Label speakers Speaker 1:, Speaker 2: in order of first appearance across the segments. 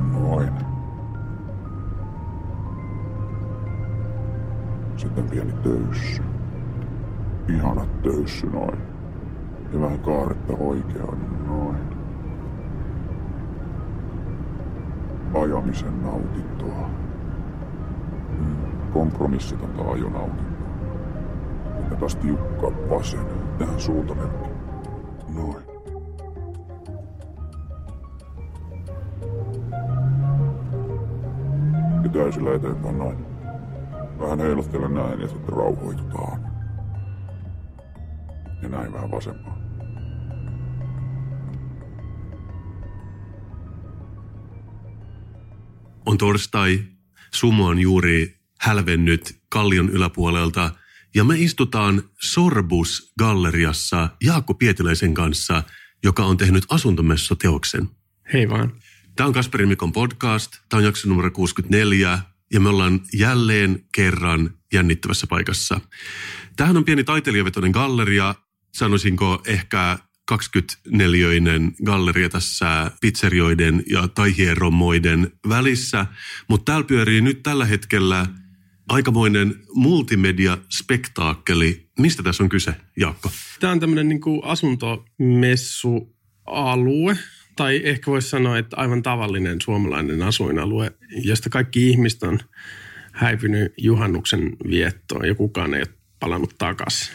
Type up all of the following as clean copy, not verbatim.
Speaker 1: Noin. Sitten pieni töyssy. Ihanat töyssy noin. Ja vähän kaaretta oikeaan noin. Ajamisen nautintoa. Kompromissitonta ajonautintoa. Ja taas tiukka vasen tähän suuntamerkkiin. Noin. Ja täysillä eteenpäin noin. Vähän heiluttelen näin ja sitten rauhoitutaan. Ja näin vähän vasempaan.
Speaker 2: On torstai, sumo on juuri hälvennyt kallion yläpuolelta ja me istutaan Sorbus-galleriassa Jaakko Pietiläisen kanssa, joka on tehnyt asuntomessuteoksen.
Speaker 3: Hei vaan.
Speaker 2: Tämä on Kasperin Mikon podcast, tämä on jakso numero 64 ja me ollaan jälleen kerran jännittävässä paikassa. Tämähän on pieni taiteilijavetoinen galleria, sanoisinko ehkä 24-neliöinen galleria tässä pizzerioiden ja taihierommoiden välissä, mutta täällä pyörii nyt tällä hetkellä aikamoinen multimedia-spektaakkeli. Mistä tässä on kyse, Jaakko?
Speaker 3: Tämä on tämmöinen niin kuin asuntomessualue, tai ehkä voisi sanoa, että aivan tavallinen suomalainen asuinalue, josta kaikki ihmiset on häipynyt juhannuksen viettoon ja kukaan ei ole palannut takaisin.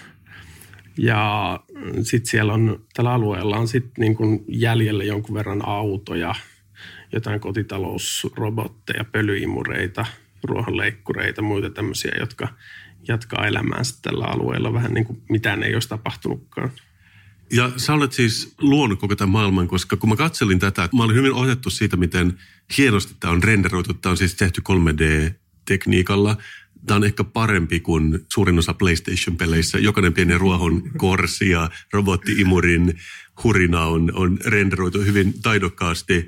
Speaker 3: Ja sitten siellä on, tällä alueella on sitten niin kuin jäljellä jonkun verran autoja, jotain kotitalousrobotteja, pölyimureita, ruohonleikkureita, muita tämmöisiä, jotka jatkaa elämäänsä tällä alueella vähän niin kuin mitään ei olisi tapahtunutkaan.
Speaker 2: Ja sä olet siis luonut koko tämän maailman, koska kun mä katselin tätä, mä olin hyvin otettu siitä, miten hienosti tämä on renderoitu. Tämä on siis tehty 3D-tekniikalla. Tämä on ehkä parempi kuin suurin osa PlayStation-peleissä. Jokainen pieni ruohon korsi ja robotti-imurin hurina on renderoitu hyvin taidokkaasti.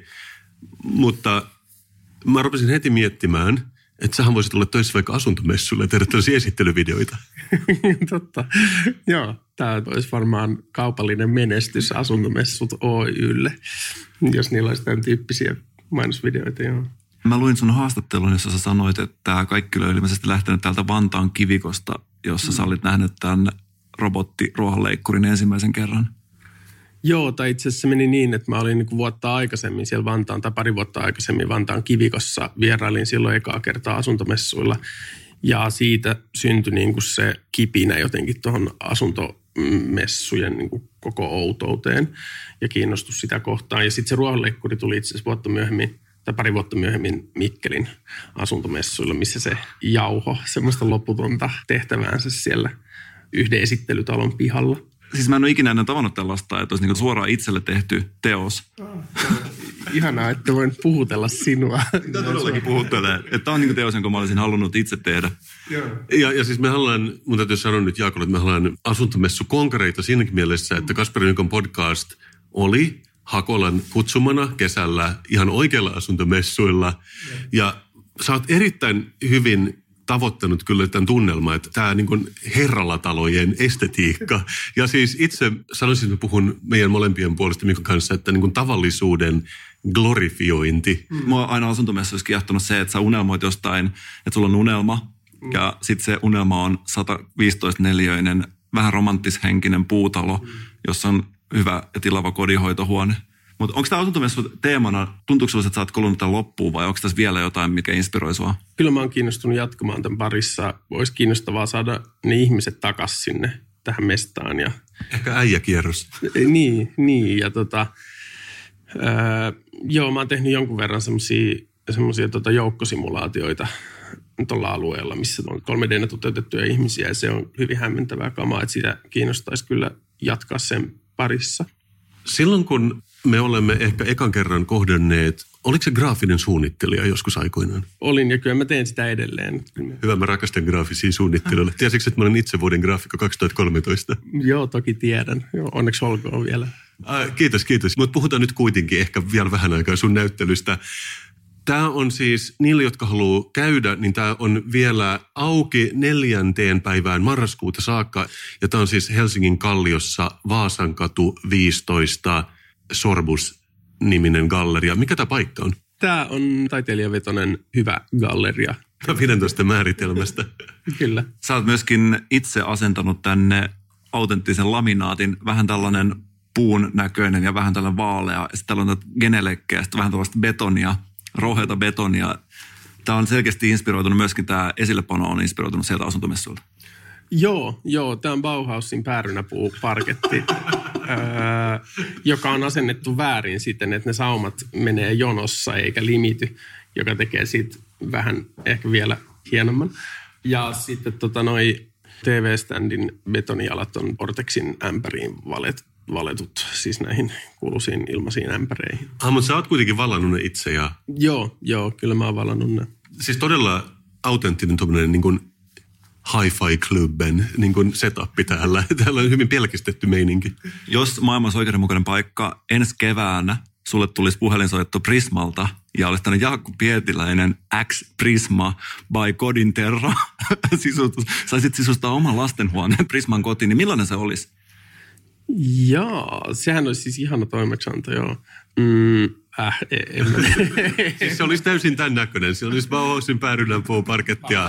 Speaker 2: Mutta mä rupesin heti miettimään, että sähän voisit olla töissä vaikka asuntomessuille ja tehdä tällaisia esittelyvideoita.
Speaker 3: Totta. Joo, tämä olisi varmaan kaupallinen menestys asuntomessut Oy:lle, jos niillä olisi tämän tyyppisiä mainosvideoita. Joo.
Speaker 4: Mä luin sun haastattelun, jossa sä sanoit, että tämä kaikki oli ilmeisesti lähtenyt täältä Vantaan kivikosta, jossa sä olit nähnyt tämän robottiruohonleikkurin ensimmäisen kerran.
Speaker 3: Joo, tai itse asiassa se meni niin, että mä olin niin vuotta aikaisemmin siellä Vantaan, tai pari vuotta aikaisemmin Vantaan kivikossa. Vierailin silloin ekaa kertaa asuntomessuilla. Ja siitä syntyi niin kuin se kipinä jotenkin tuohon asuntomessujen niin kuin koko outouteen ja kiinnostus sitä kohtaan. Ja sitten se ruohonleikkuri tuli itse asiassa pari vuotta myöhemmin Mikkelin asuntomessuilla, missä se jauho semmoista loputonta tehtäväänsä siellä yhden esittelytalon pihalla.
Speaker 4: Siis mä en ole ikinä ennen tavannut tällaista, että olisi niin suoraan itselle tehty teos.
Speaker 3: Ihanaa, että voin puhutella sinua.
Speaker 4: Mitä todellakin puhuttelee? Tämä on niin teos, jonka mä olisin halunnut itse tehdä.
Speaker 2: Ja siis mun täytyy sanoa nyt Jaakolle, että me ollaan asuntomessu konkareita siinäkin mielessä, että Kasperin Mikon podcast oli Hakolan kutsumana kesällä ihan oikeilla asuntomessuilla. Ja sä oot erittäin hyvin tavoittanut kyllä tämän tunnelman, että tämä niin kuin herralatalojen estetiikka. Ja siis itse sanoisin, että puhun meidän molempien puolesta Mikon kanssa, että niin kuin tavallisuuden glorifiointi.
Speaker 4: Mua on aina asuntomessuissa kiehtonut se, että sä unelmoit jostain, että sulla on unelma. Ja sitten se unelma on 115-neliöinen, vähän romanttishenkinen puutalo, jossa on hyvä ja tilava kodinhoitohuone. Mutta onko tämä asuntomessu teemana, tuntuuko sinulle, että sä oot kolunut tämän loppuun vai onko tässä vielä jotain, mikä inspiroi sua?
Speaker 3: Kyllä mä oon kiinnostunut jatkamaan tämän parissa. Olisi kiinnostavaa saada ne ihmiset takaisin sinne tähän mestaan. Ja
Speaker 2: ehkä äijäkierros.
Speaker 3: Niin ja joo, mä oon tehnyt jonkun verran semmoisia joukkosimulaatioita tuolla alueella, missä on 3D:nä toteutettuja ihmisiä ja se on hyvin hämmentävää kamaa, että sitä kiinnostaisi kyllä jatkaa sen parissa.
Speaker 2: Silloin kun me olemme ehkä ekan kerran kohdanneet, oliko se graafinen suunnittelija joskus aikoinaan?
Speaker 3: Olin ja kyllä mä teen sitä edelleen.
Speaker 2: Hyvä, mä rakastan graafisia suunnittelijoita. Tiesitkö, että mä olen itse vuoden graafikko 2013?
Speaker 3: Joo, toki tiedän. Joo, onneksi olkoon vielä.
Speaker 2: Kiitos. Mutta puhutaan nyt kuitenkin ehkä vielä vähän aikaa sun näyttelystä. Tämä on siis, niille jotka haluaa käydä, niin tämä on vielä auki 4. päivään marraskuuta saakka. Ja tämä on siis Helsingin Kalliossa Vaasankatu 15 Sorbus-niminen galleria. Mikä tämä paikka on?
Speaker 3: Tämä on taiteilijavetoinen hyvä galleria.
Speaker 2: Mä pidän tuosta määritelmästä.
Speaker 3: Kyllä.
Speaker 4: Sä oot myöskin itse asentanut tänne autenttisen laminaatin, vähän tällainen puun näköinen ja vähän tällainen vaalea. Sitten täällä on genelekkeä, sitten vähän tällaista betonia, rouheata betonia. Tämä on selkeästi inspiroitunut, myöskin tämä esillepano on inspiroitunut sieltä asuntomessuilta.
Speaker 3: Joo, tämä on Bauhausin päärynäpuuparketti, joka on asennettu väärin siten, että ne saumat menee jonossa eikä limity, joka tekee siitä vähän ehkä vielä hienomman. Ja sitten noi TV-standin betonialat on Ortexin ämpäriin valetut, siis näihin kuuluisiin ilmaisiin ämpäreihin.
Speaker 2: Mutta sä oot kuitenkin vallannut ne itse ja...
Speaker 3: Joo, kyllä mä oon vallannut ne.
Speaker 2: Siis todella autenttinen tuommoinen niin kuin hi-fi-klubben niin kuin setappi täällä. Täällä on hyvin pelkistetty meininki.
Speaker 4: Jos maailmassa oikeudenmukainen paikka, ensi keväänä sulle tulisi puhelinsoitto Prismalta ja olisi tämmöinen Jaakko Pietiläinen X Prisma by Godin Terra sisustus. Saisit sisustaa oman lastenhuoneen Prisman kotiin, niin millainen se olisi?
Speaker 3: Jaa, sehän olisi siis ihana toimeksianto, joo.
Speaker 2: Siis se olisi täysin tämän näköinen. Se olisi Bauhausin päärynänpuuparkettia.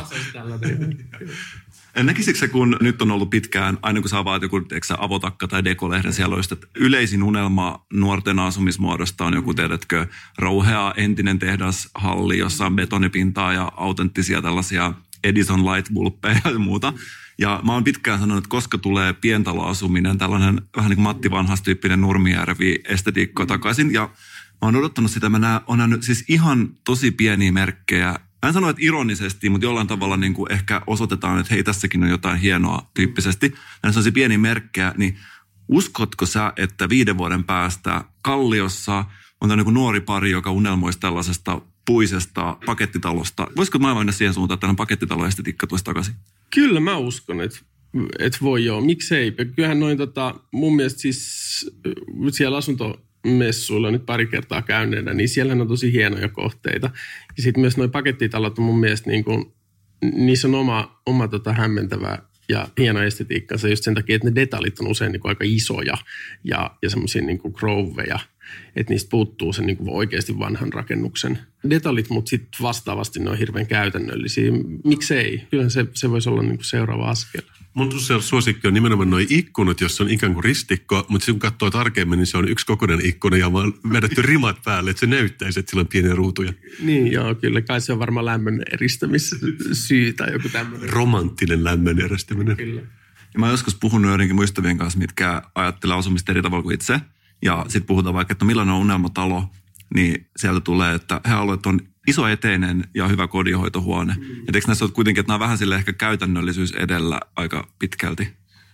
Speaker 4: Näkisikö se, kun nyt on ollut pitkään, aina kun sä avaat joku avotakka tai dekolehden, siellä olisi, että yleisin unelma nuorten asumismuodosta on joku, tiedätkö, rouhea entinen tehdashalli, jossa on betonipintaa ja autenttisia tällaisia Edison lightbulbpeja ja muuta. Ja mä oon pitkään sanonut, että koska tulee pientaloasuminen, tällainen vähän niin kuin Matti Vanhas-tyyppinen Nurmijärvi-estetiikko takaisin. Ja mä oon odottanut sitä, mä oon nähnyt siis ihan tosi pieniä merkkejä. Mä en sano, että ironisesti, mutta jollain tavalla niin kuin ehkä osoitetaan, että hei, tässäkin on jotain hienoa tyyppisesti. Näin sellaisia pieniä merkkejä, niin uskotko sä, että 5 vuoden päästä Kalliossa on tämä niin nuori pari, joka unelmoisi tällaisesta puisesta pakettitalosta? Voisiko maailma mennä siihen suuntaan, että tällainen pakettitaloestetiikka tulisi takaisin?
Speaker 3: Kyllä mä uskon, että voi joo. Miksei? Kyllähän noin mun mielestä siis siellä asuntomessuilla nyt pari kertaa käyneenä, niin siellähän on tosi hienoja kohteita. Ja sitten myös nuo pakettitalot on mun mielestä niin kuin, niissä on oma hämmentävä ja hieno estetiikkansa just sen takia, että ne detaljit on usein niin kuin aika isoja ja semmoisia niin kuin groveja, että niistä puuttuu sen niin kuin oikeasti vanhan rakennuksen detaljit, mutta sitten vastaavasti ne on hirveän käytännöllisiä. Miksei? Kyllähän se voisi olla niin kuin seuraava askel.
Speaker 2: Mun suosikki on nimenomaan nuo ikkunat, jossa on ikään kuin ristikko, mutta kun katsoo tarkemmin, niin se on yksi kokonainen ikkuna ja vaan vedetty rimat päälle, että se näyttäisi, että sillä on pieniä ruutuja.
Speaker 3: Niin, joo, kyllä. Kai se on varmaan lämmön eristämissyy tai joku tämmöinen.
Speaker 2: Romanttinen lämmön eristäminen.
Speaker 3: Kyllä.
Speaker 4: Ja mä oon joskus puhunut joidenkin muistavien kanssa, mitkä ajattelee asumista eri tavalla kuin itse. Ja sitten puhutaan vaikka, että millainen on unelmatalo, niin sieltä tulee, että he haluavat, että on iso eteinen ja hyvä kodinhoitohuone. Ja eikö näissä ole kuitenkin, että nämä on vähän sille ehkä käytännöllisyys edellä aika pitkälti?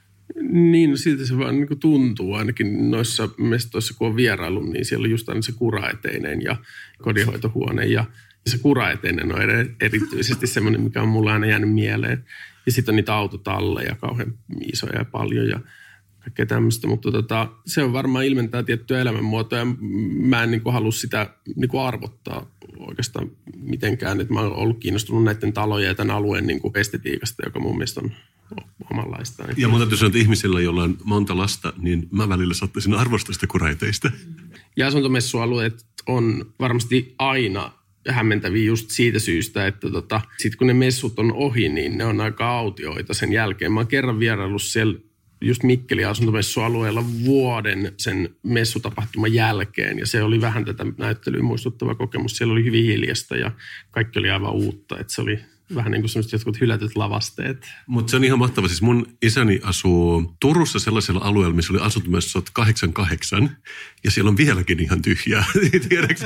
Speaker 3: Niin, no siltä se vaan niin kuin tuntuu ainakin noissa mestoissa, kun on vierailu, niin siellä on just aina se kuraeteinen ja kodinhoitohuone. Ja se kuraeteinen on erityisesti semmoinen, mikä on mulle aina jäänyt mieleen. Ja sitten on niitä autotalleja kauhean isoja ja paljon ja kaikkea tämmöistä, mutta se on varmaan ilmentää tiettyä elämänmuotoa ja mä en niin kuin halua sitä niin kuin arvottaa oikeastaan mitenkään, että mä oon ollut kiinnostunut näiden talojen ja tämän alueen niin kuin estetiikasta, joka mun mielestä on omanlaista.
Speaker 2: Ja mun täytyy sanoa, että ihmisillä, joilla on monta lasta, niin mä välillä saattaisin arvostusta kuraiteista.
Speaker 3: Ja asuntomessualueet on varmasti aina hämmentäviä just siitä syystä, että sitten kun ne messut on ohi, niin ne on aika autioita sen jälkeen. Mä oon kerran vieraillut siellä just Mikkelin asuntomessualueella vuoden sen messutapahtuman jälkeen. Ja se oli vähän tätä näyttelyä muistuttava kokemus. Siellä oli hyvin hiljasta ja kaikki oli aivan uutta. Että se oli vähän niin kuin sellaiset jotkut hylätyt lavasteet.
Speaker 2: Mutta se on ihan mahtava. Siis mun isäni asuu Turussa sellaisella alueella, missä oli asuntomessut 88. Ja siellä on vieläkin ihan tyhjää. Tiedätkö,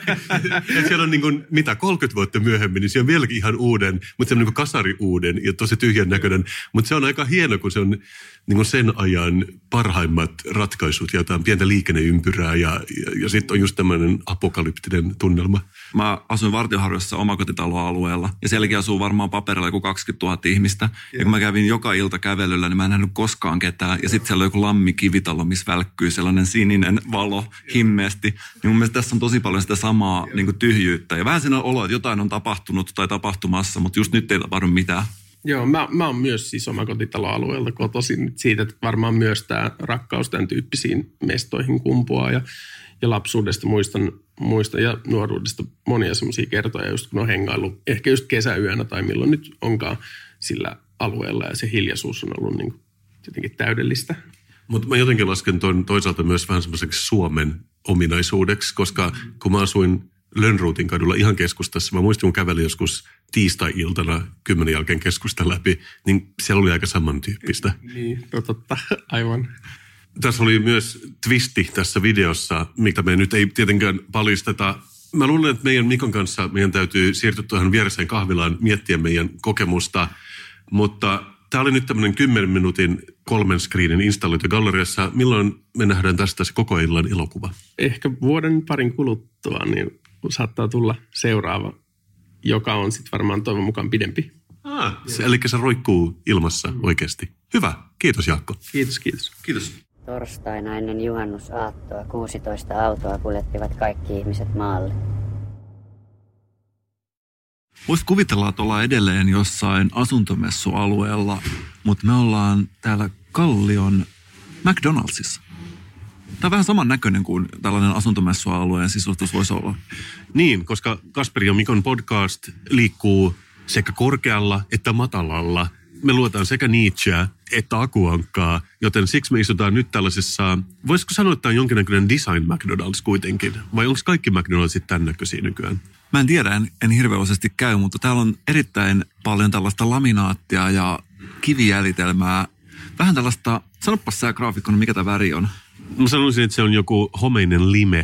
Speaker 2: että siellä on niin kuin, mitä 30 vuotta myöhemmin, niin siellä on vieläkin ihan uuden, mutta se on niin kuin kasari uuden ja tosi tyhjän näköinen. Mutta se on aika hieno, kun se on niin kuin sen ajan parhaimmat ratkaisut ja jotain pientä liikenneympyrää ja sitten on just tämmöinen apokalyptinen tunnelma.
Speaker 4: Mä asuin Vartioharjossa omakotitaloalueella ja sielläkin asuu varmaan paperilla joku 20 000 ihmistä. Ja kun mä kävin joka ilta kävelyllä, niin mä en nähnyt koskaan ketään. Ja sitten siellä on joku lammikivitalo, missä välkkyy sellainen sininen valo himmeästi. Niin mun mielestä tässä on tosi paljon sitä samaa niin kuin tyhjyyttä. Ja vähän siinä olo, että jotain on tapahtunut tai tapahtumassa, mutta just nyt ei tapahdu mitään.
Speaker 3: Joo, mä oon myös siis omakotitaloalueelta kotoisin siitä, että varmaan myös tämä rakkaus tämän tyyppisiin mestoihin kumpuaa. Ja lapsuudesta muistan ja nuoruudesta monia semmoisia kertoja, just kun on hengailu, ehkä just kesäyönä tai milloin nyt onkaan sillä alueella ja se hiljaisuus on ollut niin kuin jotenkin täydellistä.
Speaker 2: Mutta mä jotenkin lasken tuon toisaalta myös vähän semmoiseksi Suomen ominaisuudeksi, koska kun mä asuin Lönnruutin kadulla ihan keskustassa, mä muistin, kun kävelin joskus tiistai-iltana 10 jälkeen keskustan läpi, niin siellä oli aika samantyyppistä.
Speaker 3: Niin, totta, aivan.
Speaker 2: Tässä oli myös twisti tässä videossa, mitä me nyt ei tietenkään paljasteta. Mä luulen, että meidän Mikon kanssa meidän täytyy siirtyä tuohon vieresseen kahvilaan miettiä meidän kokemusta, mutta tämä oli nyt tämmöinen 10 minuutin 3 screenin installoitu galleriassa. Milloin me nähdään tästä se koko illan elokuva?
Speaker 3: Ehkä vuoden parin kuluttua, niin saattaa tulla seuraava, joka on sitten varmaan toivon mukaan pidempi.
Speaker 2: Eli se roikkuu ilmassa oikeasti. Hyvä. Kiitos Jaakko.
Speaker 3: Kiitos.
Speaker 5: Torstaina ennen juhannusaattoa 16 autoa kuljettivat kaikki ihmiset maalle.
Speaker 4: Voisi kuvitella, että ollaan edelleen jossain asuntomessualueella, mutta me ollaan täällä Kallion McDonaldsissa. Tämä on vähän saman näköinen kuin tällainen asuntomessualueen sisustus voisi olla.
Speaker 2: Niin, koska Kasperi ja Mikon podcast liikkuu sekä korkealla että matalalla. Me luetaan sekä Nietzscheä että Akuankkaa, joten siksi me istutaan nyt tällaisessa, voisiko sanoa, että tämä on jonkinnäköinen design McDonald's kuitenkin? Vai onko kaikki McDonald'sit tämän näköisiä nykyään?
Speaker 4: Mä en tiedä, en hirveästi käy, mutta täällä on erittäin paljon tällaista laminaattia ja kivijäljitelmää. Vähän tällaista, sanopas sä graafikkona, mikä tämä väri on?
Speaker 2: Mä sanoisin, että se on joku homeinen lime.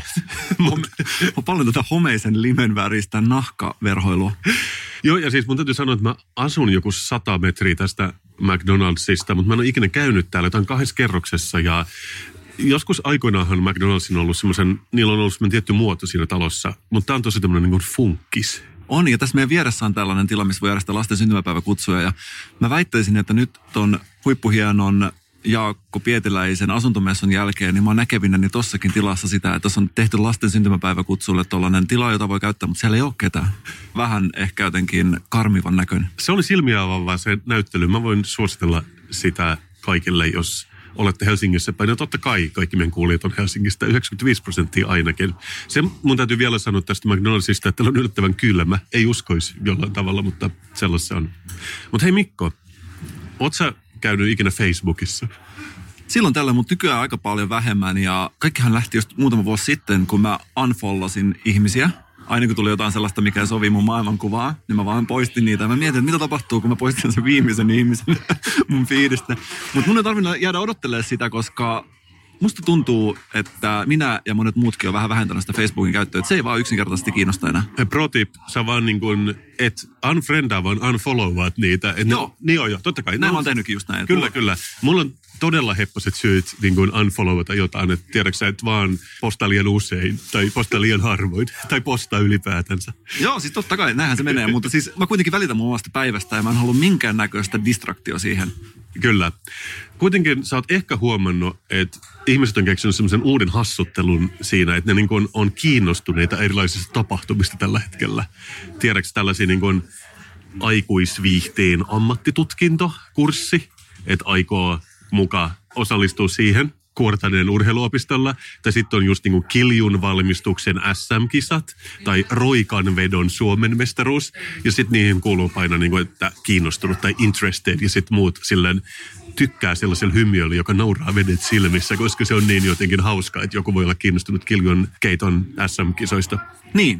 Speaker 4: On paljon tätä homeisen limen väristä nahkaverhoilua.
Speaker 2: Joo, ja siis mun täytyy sanoa, että mä asun joku 100 metriä tästä McDonaldsista, mutta mä en ole ikinä käynyt täällä jotain 2 kerroksessa. Ja joskus aikoinaanhan McDonaldsin on ollut niillä on ollut semmoinen tietty muoto siinä talossa, mutta tää on tosi tämmöinen niin kuin funkkis.
Speaker 4: On, ja tässä meidän vieressä on tällainen tila, missä voi järjestää lasten syntymäpäiväkutsuja. Ja mä väittäisin, että nyt ton huippuhienon Jaakko Pietiläisen asuntomessun jälkeen, niin mä oon näkevinäni tossakin tilassa sitä, että tässä on tehty lasten syntymäpäiväkutsulle tollainen tila, jota voi käyttää, mutta siellä ei ole ketään. Vähän ehkä jotenkin karmivan näköinen.
Speaker 2: Se oli silmiä avaavaa se näyttely. Mä voin suositella sitä kaikille, jos olette Helsingissä päin. Ja totta kai kaikki meidän kuulijat on Helsingistä, 95% ainakin. Se mun täytyy vielä sanoa tästä McDonaldsista, että on yllättävän kylmä. Ei uskoisi jollain tavalla, mutta sellaista on. Mutta hei Mikko, oot sä käynyt ikinä Facebookissa?
Speaker 4: Silloin tällä, mutta nykyään aika paljon vähemmän. Ja kaikkihan lähti just muutama vuosi sitten, kun mä unfollasin ihmisia. Aina kun tuli jotain sellaista, mikä ei sovi mun maailmankuvaa, niin mä vaan poistin niitä. Mä mietin, että mitä tapahtuu, kun mä poistin sen viimeisen ihmisen mun feedistä. Mutta mun ei tarvinnut jäädä odottelemaan sitä, koska musta tuntuu, että minä ja monet muutkin on vähän vähentänyt sitä Facebookin käyttöä. Että se ei vaan yksinkertaisesti kiinnosta enää.
Speaker 2: Pro tip, sä vaan niin kuin, et unfriendaa, vaan unfollowaat niitä.
Speaker 4: Joo.
Speaker 2: Niin on jo, totta kai.
Speaker 4: Näin mä oon tehnytkin just näin.
Speaker 2: Kyllä. Mulla on todella hepposet syyt niin kuin unfollowata jotain, että tiedätkö sä, et vaan postaa liian usein, tai postaa liian harvoin, tai postaa ylipäätänsä.
Speaker 4: Joo, siis totta kai, näinhän se menee, mutta siis mä kuitenkin välitän mun omasta päivästä, ja mä en halua minkäännäköistä distraktio siihen.
Speaker 2: Kyllä. Kuitenkin sä oot ehkä huomannut, että ihmiset on keksinyt semmoisen uuden hassuttelun siinä, että ne niin kuin on kiinnostuneita erilaisista tapahtumista tällä hetkellä. Tiedätkö tällaisia niin kuin aikuisviihteen ammattitutkintokurssi, että aikoo muka osallistua siihen Kuortaneen urheiluopistolla. Tai sitten on just niin kuin Kiljun valmistuksen SM-kisat tai roikanvedon Suomen mestaruus. Ja sitten niihin kuuluu paina niin kuin, että kiinnostunut tai interested ja sitten muut silleen tykkää sellaisella hymiöllä, joka nauraa vedet silmissä, koska se on niin jotenkin hauskaa, että joku voi olla kiinnostunut Kiljun keiton SM-kisoista.
Speaker 4: Niin.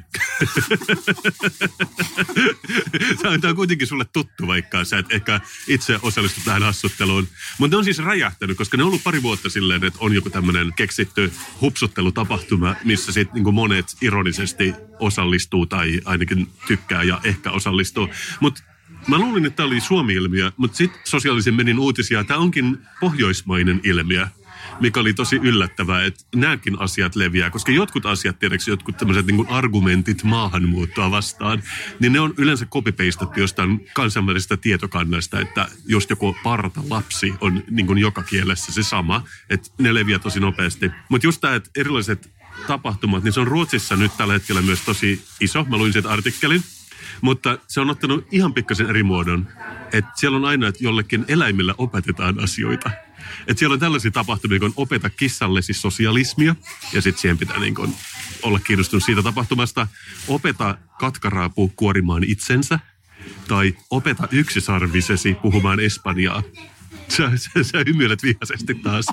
Speaker 2: Tämä on kuitenkin sulle tuttu, vaikka sä et ehkä itse osallistu tähän hassutteluun. Mutta ne on siis räjähtänyt, koska ne on ollut pari vuotta silleen, että on joku tämmöinen keksitty hupsuttelutapahtuma, missä sitten niin monet ironisesti osallistuu tai ainakin tykkää ja ehkä osallistuu. Mutta mä luulin, että tämä oli Suomi-ilmiö, mutta sitten sosiaalisen menin uutisia. Tämä onkin pohjoismainen ilmiö, mikä oli tosi yllättävää, että nämäkin asiat leviää. Koska jotkut asiat, tiedätkö, jotkut tämmöiset niin kuin argumentit maahanmuuttoa vastaan, niin ne on yleensä copy-pastattu jostain kansainvälisestä tietokannasta, että just joku partalapsi on niin kuin joka kielessä se sama, että ne leviää tosi nopeasti. Mutta just tämä, että erilaiset tapahtumat, niin se on Ruotsissa nyt tällä hetkellä myös tosi iso. Mä luin sieltä artikkelin. Mutta se on ottanut ihan pikkasen eri muodon. Että siellä on aina, että jollekin eläimillä opetetaan asioita. Että siellä on tällaisia tapahtumia, kun opeta kissallesi sosialismia, ja sitten siihen pitää niin kun olla kiinnostunut siitä tapahtumasta. Opeta katkaraapu kuorimaan itsensä, tai opeta yksisarvisesi puhumaan espanjaa. Sä hymyilet vihaisesti taas.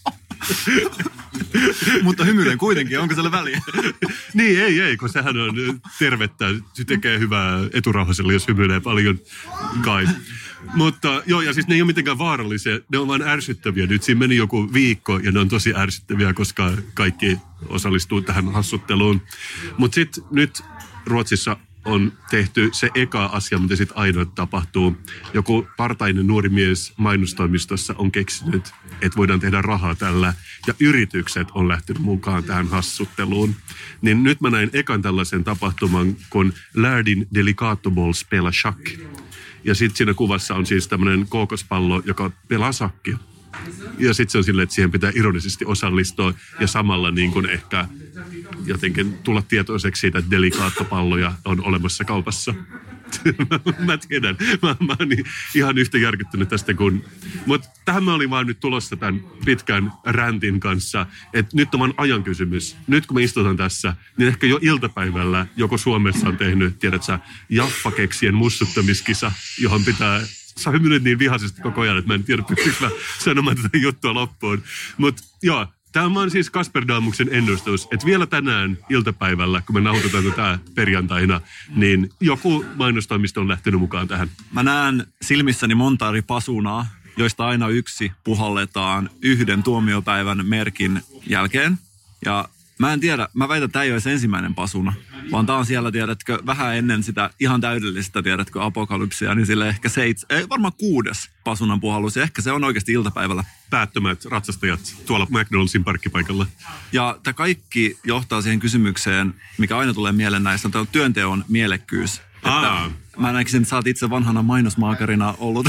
Speaker 4: Mutta hymyilen kuitenkin, onko siellä väliä?
Speaker 2: Niin, ei, kun sehän on tervettä. Se tekee hyvää eturauhaselle, jos hymyilee paljon kai. Mutta joo, ja siis ne ei ole mitenkään vaarallisia, ne on vaan ärsyttäviä. Nyt siinä meni joku viikko ja ne on tosi ärsyttäviä, koska kaikki osallistuu tähän hassutteluun. Mutta sitten nyt Ruotsissa on tehty se eka asia, mitä sitten aina tapahtuu. Joku partainen nuori mies mainostoimistossa on keksinyt, että voidaan tehdä rahaa tällä. Ja yritykset on lähtenyt mukaan tähän hassutteluun. Niin nyt mä näin ekan tällaisen tapahtuman, kun Lärdin Delicatoboll spela schack. Ja sitten siinä kuvassa on siis tämmöinen kookospallo, joka pelaa shakkia. Ja sitten se on silleen, että siihen pitää ironisesti osallistua ja samalla niin kuin ehkä jotenkin tulla tietoiseksi siitä, että delikaattopalloja on olemassa kaupassa. Mä tiedän. Mä oon ihan yhtä järkyttynyt tästä kuin... Mutta tähän mä olin vaan nyt tulossa tämän pitkän räntin kanssa, että nyt on vaan ajan kysymys. Nyt kun me istutaan tässä, niin ehkä jo iltapäivällä joko Suomessa on tehnyt, tiedätkö, Jaffa-keksien mussuttamiskisa, johon pitää... Sä hymyilet niin vihaisesti koko ajan, että mä en tiedä, pystyykö mä sanomaan tätä juttua loppuun. Mutta joo, tämä on siis Kasper Daamuksen ennustus, että vielä tänään iltapäivällä, kun me nauhoitetaan tätä perjantaina, niin joku mainostoimisto on lähtenyt mukaan tähän.
Speaker 4: Mä näen silmissäni monta eri pasunaa, joista aina yksi puhalletaan yhden tuomiopäivän merkin jälkeen. Ja mä en tiedä, mä väitän, että tämä ei ole ensimmäinen pasuna, vaan tämä on siellä, tiedätkö, vähän ennen sitä ihan täydellistä, tiedätkö, apokalypsia, niin sille ehkä varmaan 6. pasunan puhallus, ja ehkä se on oikeasti iltapäivällä.
Speaker 2: Päättömät ratsastajat tuolla McDonaldsin parkkipaikalla.
Speaker 4: Ja tämä kaikki johtaa siihen kysymykseen, mikä aina tulee mieleen näissä, on työnteon mielekkyys. Mä näkisin, että sä oot itse vanhana mainosmaakarina ollut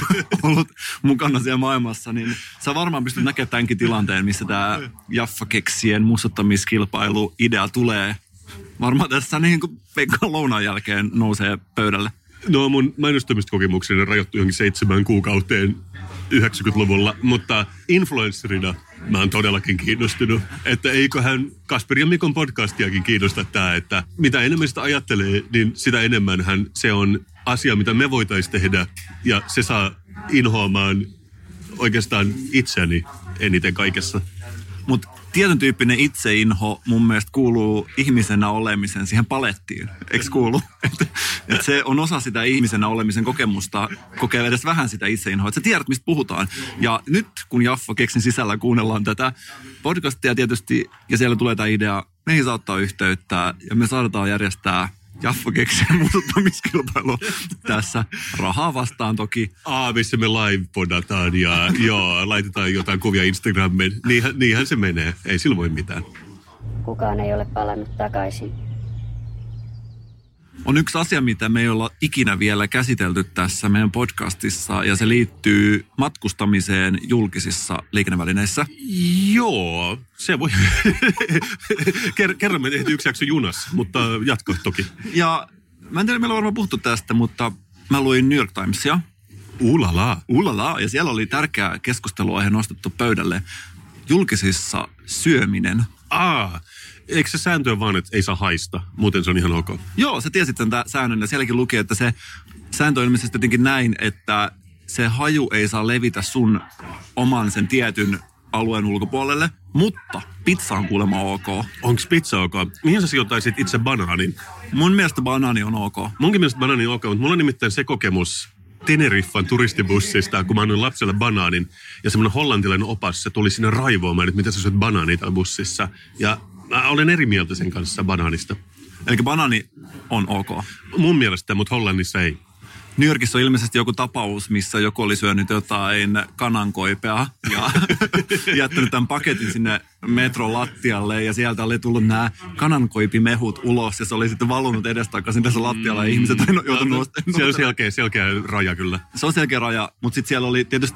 Speaker 4: mukana siellä maailmassa, niin sä varmaan pystyt näkemään tämänkin tilanteen, missä tämä Jaffa-keksien mussuttamiskilpailu-idea tulee. Varmaan tässä niin kuin Pekka lounaan jälkeen nousee pöydälle.
Speaker 2: No mun mainostamiskokemukseni rajoittui johonkin 7 kuukauteen 90-luvulla, mutta influencerina mä oon todellakin kiinnostunut. Että eiköhän Kasper ja Mikon podcastiakin kiinnosta tämä, että mitä enemmän sitä ajattelee, niin sitä enemmänhän se on asia, mitä me voitaisiin tehdä. Ja se saa inhoamaan oikeastaan itseäni eniten kaikessa.
Speaker 4: Mutta tietyn tyyppinen itseinho mun mielestä kuuluu ihmisenä olemisen siihen palettiin. Eikö kuulu? Et se on osa sitä ihmisenä olemisen kokemusta, kokee edes vähän sitä itseinhoa. Että sä tiedät, mistä puhutaan. Ja nyt, kun Jaffa-keksin sisällä kuunnellaan tätä podcastia tietysti, ja siellä tulee tämä idea, meihin saa ottaa yhteyttä, ja me saadaan järjestää Jaffa-keksien muuttamiskilpailu tässä. Rahaa vastaan toki.
Speaker 2: Missä me live-podataan ja laitetaan jotain kuvia Instagramiin. Niinhän se menee. Ei sillä voi mitään.
Speaker 5: Kukaan ei ole palannut takaisin.
Speaker 4: On yksi asia, mitä me ei olla ikinä vielä käsitelty tässä meidän podcastissa, ja se liittyy matkustamiseen julkisissa liikennevälineissä.
Speaker 2: Joo, se voi. Kerran me tehtiin yksi jakso junassa, mutta jatko toki.
Speaker 4: Ja mä en tiedä, meillä on varmaan puhuttu tästä, mutta mä luin New York Timesia. Ulalaa. Ja siellä oli tärkeä keskusteluaihe nostettu pöydälle. Julkisissa syöminen.
Speaker 2: Eikö se sääntö ole vaan, että ei saa haista? Muuten se on ihan ok.
Speaker 4: Joo, sä tiesit tämän säännön ja sielläkin luki, että se sääntö on ilmeisesti jotenkin näin, että se haju ei saa levitä sun oman sen tietyn alueen ulkopuolelle, mutta pizza on kuulemma ok.
Speaker 2: Onko pizza ok? Mihin sä sijoittaisit itse banaanin?
Speaker 4: Mun mielestä banaani on ok.
Speaker 2: Munkin mielestä banaani on ok, mutta mulla on nimittäin se kokemus Teneriffan turistibussista, kun mä annoin lapselle banaanin ja semmoinen hollantilainen opas, se tuli sinne raivoamaan, että mitä sä syöt banaania täällä bussissa. Ja mä olen eri mieltä sen kanssa banaanista.
Speaker 4: Eli banaani on ok?
Speaker 2: Mun mielestä, mutta Hollannissa ei.
Speaker 4: New Yorkissa on ilmeisesti joku tapaus, missä joku oli syönyt jotain kanankoipea ja jättänyt tämän paketin sinne metron lattialle ja sieltä oli tullut nämä kanankoipimehut ulos ja se oli sitten valunut edestakaisin tässä lattialla ja ihmiset on joutunut...
Speaker 2: Se on selkeä raja kyllä.
Speaker 4: Se on selkeä raja, mutta sitten siellä oli tietysti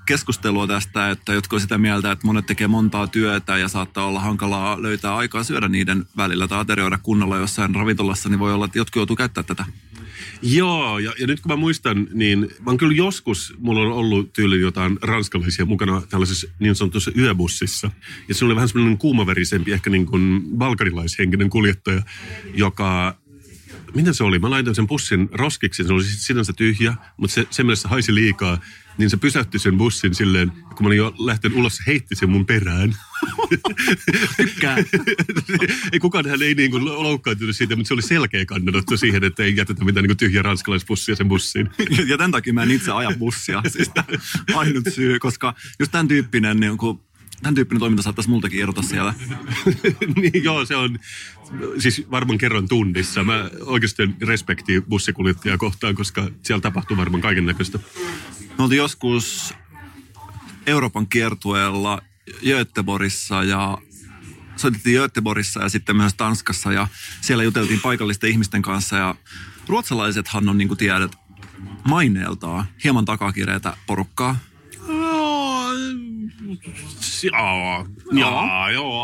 Speaker 4: keskustelua tästä, että jotkut on sitä mieltä, että monet tekee montaa työtä ja saattaa olla hankalaa löytää aikaa syödä niiden välillä tai aterioida kunnolla jossain ravintolassa, niin voi olla, että jotkut joutuu käyttämään tätä.
Speaker 2: Joo, ja nyt kun mä muistan, niin mä oon kyllä joskus, mulla on ollut tyyliin jotain ranskalaisia mukana tällaisessa niin sanotussa yöbussissa. Ja se oli vähän semmoinen kuumaverisempi, ehkä niin kuin balkanilaishenkinen kuljettaja, joka, miten se oli? Mä laitoin sen bussin roskiksi, se oli sinänsä tyhjä, mutta se mielessä haisi liikaa. Niin se pysäytti sen bussin silleen, kun mä olin jo lähtenyt ulos, se heitti sen mun perään.
Speaker 4: Tykkää.
Speaker 2: Hän ei niin kuin loukkaantunut siitä, mutta se oli selkeä kannanotto siihen, että ei jätetä mitään niin kuin tyhjää ranskalaisbussia sen bussiin.
Speaker 4: Ja tämän takia mä en itse aja bussia, siis ainut syy, koska just tämän tyyppinen toiminta saattaisi multakin erota siellä.
Speaker 2: Niin joo, se on siis varmaan kerran tunnissa. Mä oikeasti respektiin bussikuljettajaa kohtaan, koska siellä tapahtuu varmaan kaiken näköistä.
Speaker 4: Me oltiin joskus Euroopan kiertueella Göteborgissa ja soitettiin Göteborgissa ja sitten myös Tanskassa ja siellä juteltiin paikallisten ihmisten kanssa ja ruotsalaisethan on, niin kuin tiedät, maineeltaan hieman takakireitä porukkaa.
Speaker 2: Joo.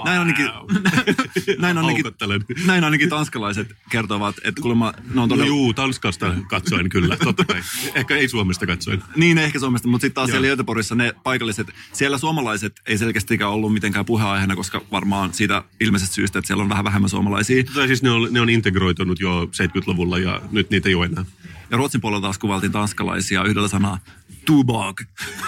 Speaker 4: Näin ainakin tanskalaiset kertovat, että kuulemma ne on todella...
Speaker 2: Juu, Tanskasta katsoen kyllä, totta kai. Ehkä ei Suomesta katsoen.
Speaker 4: Niin, ehkä Suomesta, mutta sitten taas siellä Göteborgissa ne paikalliset, siellä suomalaiset ei selkeästikään ollut mitenkään puheenaiheena, koska varmaan siitä ilmeisestä syystä, että siellä on vähän vähemmän suomalaisia.
Speaker 2: Tai siis ne on integroitunut jo 70-luvulla ja nyt niitä ei ole enää.
Speaker 4: Ja Ruotsin puolella taas kuvailtiin tanskalaisia yhdellä sanaa tubak.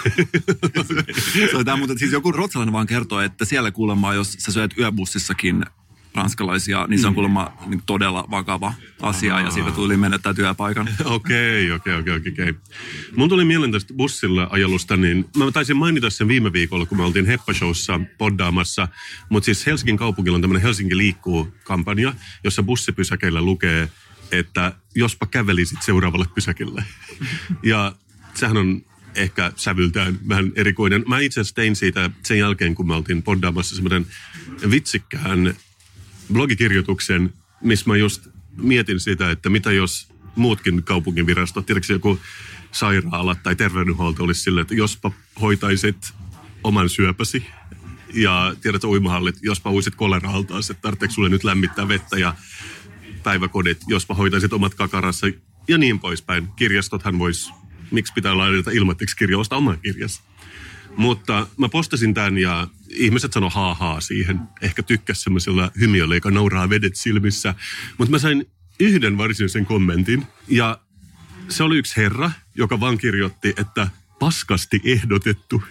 Speaker 4: Mutta siis joku ruotsalainen vaan kertoo, että siellä kuulemma, jos sä syöt yöbussissakin ranskalaisia, niin se on kuulemma niin todella vakava asia ja siitä tuli menettää työpaikan.
Speaker 2: Okei. Mun tuli mieleen tästä bussilla ajelusta, niin mä taisin mainita sen viime viikolla, kun me oltiin Heppa-showssa poddaamassa, mutta siis Helsingin kaupungilla on tämmöinen Helsinki liikkuu-kampanja, jossa bussipysäkeillä lukee, että jospa kävelisit seuraavalle pysäkille. Ja sehän on ehkä sävyltään vähän erikoinen. Mä itse asiassa tein siitä sen jälkeen, kun me oltiin poddaamassa semmoinen vitsikkään blogikirjoituksen, missä mä just mietin sitä, että mitä jos muutkin kaupunginvirastot, tiedätkö joku sairaala tai terveydenhuolto olisi silleen, että jospa hoitaisit oman syöpäsi ja tiedät uimahallit, jospa uisit kolera-altaas, että tarvitseeko sulle nyt lämmittää vettä ja päiväkodit, jospa hoitaisit omat kakarassa ja niin poispäin. Kirjastothan vois, miksi pitää laittaa ilmatteeksi kirja, ostaa oman kirjassa. Mutta mä postasin tämän ja ihmiset sanoi haa siihen. Ehkä tykkäs semmoisella hymiöllä, joka nauraa vedet silmissä. Mutta mä sain yhden varsinaisen kommentin ja se oli yksi herra, joka vaan kirjoitti, että paskasti ehdotettu.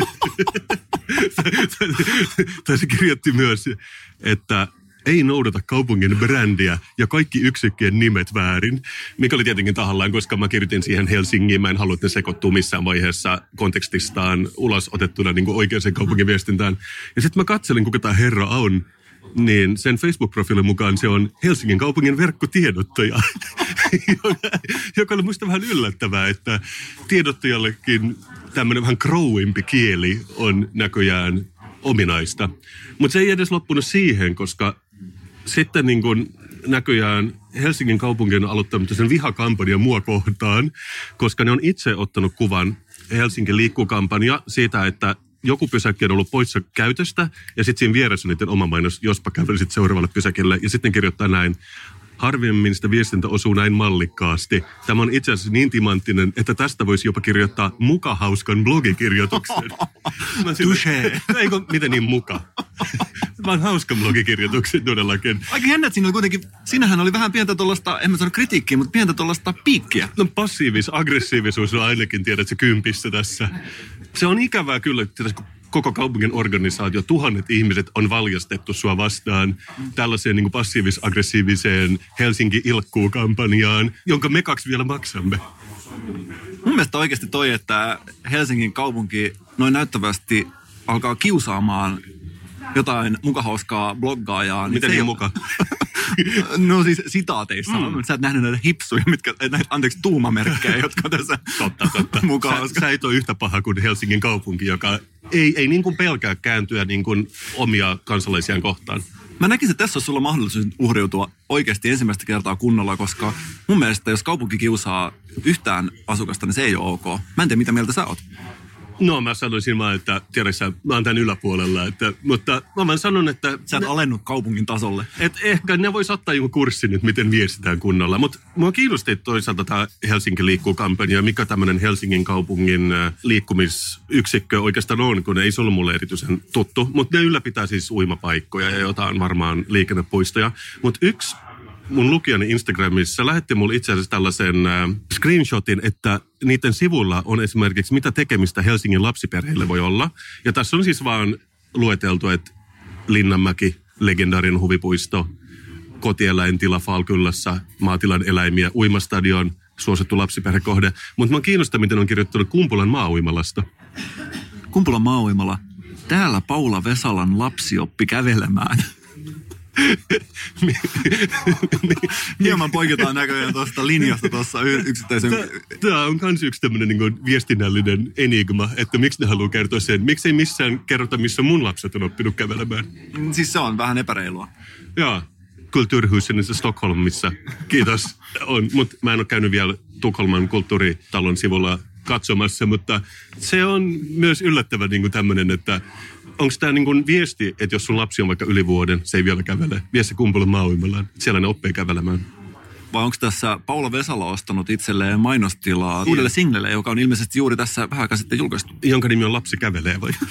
Speaker 2: Tai se kirjoitti myös, että ei noudata kaupungin brändiä ja kaikki yksikköjen nimet väärin, mikä oli tietenkin tahallaan, koska mä kirjoitin siihen Helsingiin. Mä en halua, että ne sekoittuu missään vaiheessa kontekstistaan ulos otettuna niin kuin oikeaan kaupungin viestintään. Ja sitten mä katselin, kuka tämä herra on, niin sen Facebook-profiilin mukaan se on Helsingin kaupungin verkkotiedottaja, joka oli musta vähän yllättävää, että tiedottajallekin tämmöinen vähän crowimpi kieli on näköjään ominaista. Mutta se ei edes loppunut siihen, koska sitten niin kun näköjään Helsingin kaupunki on aloittanut sen vihakampanjan mua kohtaan, koska ne on itse ottanut kuvan Helsinki liikkuu-kampanja siitä, että joku pysäkki on ollut poissa käytöstä ja sitten siinä vieressä on niiden oma mainos, jospa kävelisit seuraavalle pysäkille ja sitten kirjoittaa näin. Harvemmin sitä viestintä osuu näin mallikkaasti. Tämä on itse asiassa niin timanttinen, että tästä voisi jopa kirjoittaa mukahauskan blogikirjoituksen.
Speaker 4: Touché.
Speaker 2: Eikö, miten niin muka? Vaan hauskan blogikirjoituksen todellakin.
Speaker 4: Aika jännä, että siinä oli kuitenkin, siinähän oli vähän pientä tuollaista, en mä sano kritiikkiä, mutta pientä tuollaista piikkiä.
Speaker 2: No aggressiivisuus on ainakin, tiedät, se kympistä tässä. Se on ikävää kyllä, että koko kaupungin organisaatio, 1000 ihmiset on valjastettu sua vastaan tällaiseen niin kuin passiivis-aggressiiviseen Helsinki ilkkuu-kampanjaan, jonka me kaksi vielä maksamme.
Speaker 4: Mun mielestä oikeasti toi, että Helsingin kaupunki noin näyttävästi alkaa kiusaamaan jotain mukahauskaa bloggaajaa.
Speaker 2: Miten niin muka?
Speaker 4: No siis sitaateissa. Sä et nähnyt näitä hipsuja, tuumamerkkejä, jotka tässä
Speaker 2: totta. Sä et ole yhtä paha kuin Helsingin kaupunki, joka ei niin kuin pelkää kääntyä niin kuin omia kansalaisiaan kohtaan.
Speaker 4: Mä näkisin, että tässä olisi sulla mahdollisuus uhriutua oikeasti ensimmäistä kertaa kunnolla, koska mun mielestä jos kaupunki kiusaa yhtään asukasta, niin se ei ole ok. Mä en tiedä, mitä mieltä sä oot.
Speaker 2: No mä sanoisin vaan, että tiedätkö, mä oon tämän yläpuolella, mutta mä sanon, että...
Speaker 4: Sä et alennut kaupungin tasolle.
Speaker 2: Että ehkä ne vois ottaa joku kurssin, että miten viestitään kunnolla. Mutta mua kiinnosti toisaalta tämä Helsinki liikkuu-kampanja, mikä tämmöinen Helsingin kaupungin liikkumisyksikkö oikeastaan on, kun ei se ollut mulle erityisen tuttu. Mutta ne ylläpitää siis uimapaikkoja ja jotain varmaan liikennepuistoja. Mutta yksi mun lukijani Instagramissa lähetti mulle itse asiassa tällaisen screenshotin, että niiden sivulla on esimerkiksi mitä tekemistä Helsingin lapsiperheille voi olla. Ja tässä on siis vaan lueteltu, että Linnanmäki, legendaarinen huvipuisto, kotieläintila Falkylässä, maatilan eläimiä, uimastadion, suosittu lapsiperhekohde. Mutta mä kiinnostaa, miten on kirjoittanut Kumpulan maa-uimalasta.
Speaker 4: Kumpulan maa-uimala. Täällä Paula Vesalan lapsi oppi kävelemään. Hieman poiketaan näköjään tuosta linjasta tuossa yksittäisen...
Speaker 2: Tämä on myös yksi tämmöinen niin viestinnällinen enigma, että miksi ne haluaa kertoa sen. Miksi ei missään kerrota, missä mun lapset on oppinut kävelemään.
Speaker 4: Siis se on vähän epäreilua.
Speaker 2: Joo, Kulturhusen Stockholmissa. Kiitos. Mutta mä en ole käynyt vielä Tukholman kulttuuritalon sivulla katsomassa, mutta se on myös yllättävä niin tämmöinen, että onko tämä niin viesti, että jos sun lapsi on vaikka yli vuoden, se ei vielä kävele, vie se Kumpulan maa-uimalaan, siellä ne oppii kävelemään.
Speaker 4: Vai onko tässä Paula Vesala ostanut itselleen mainostilaa uudelle singlelle, joka on ilmeisesti juuri tässä vähän aikaa sitten julkaistu?
Speaker 2: Jonka nimi on Lapsi kävelee vai?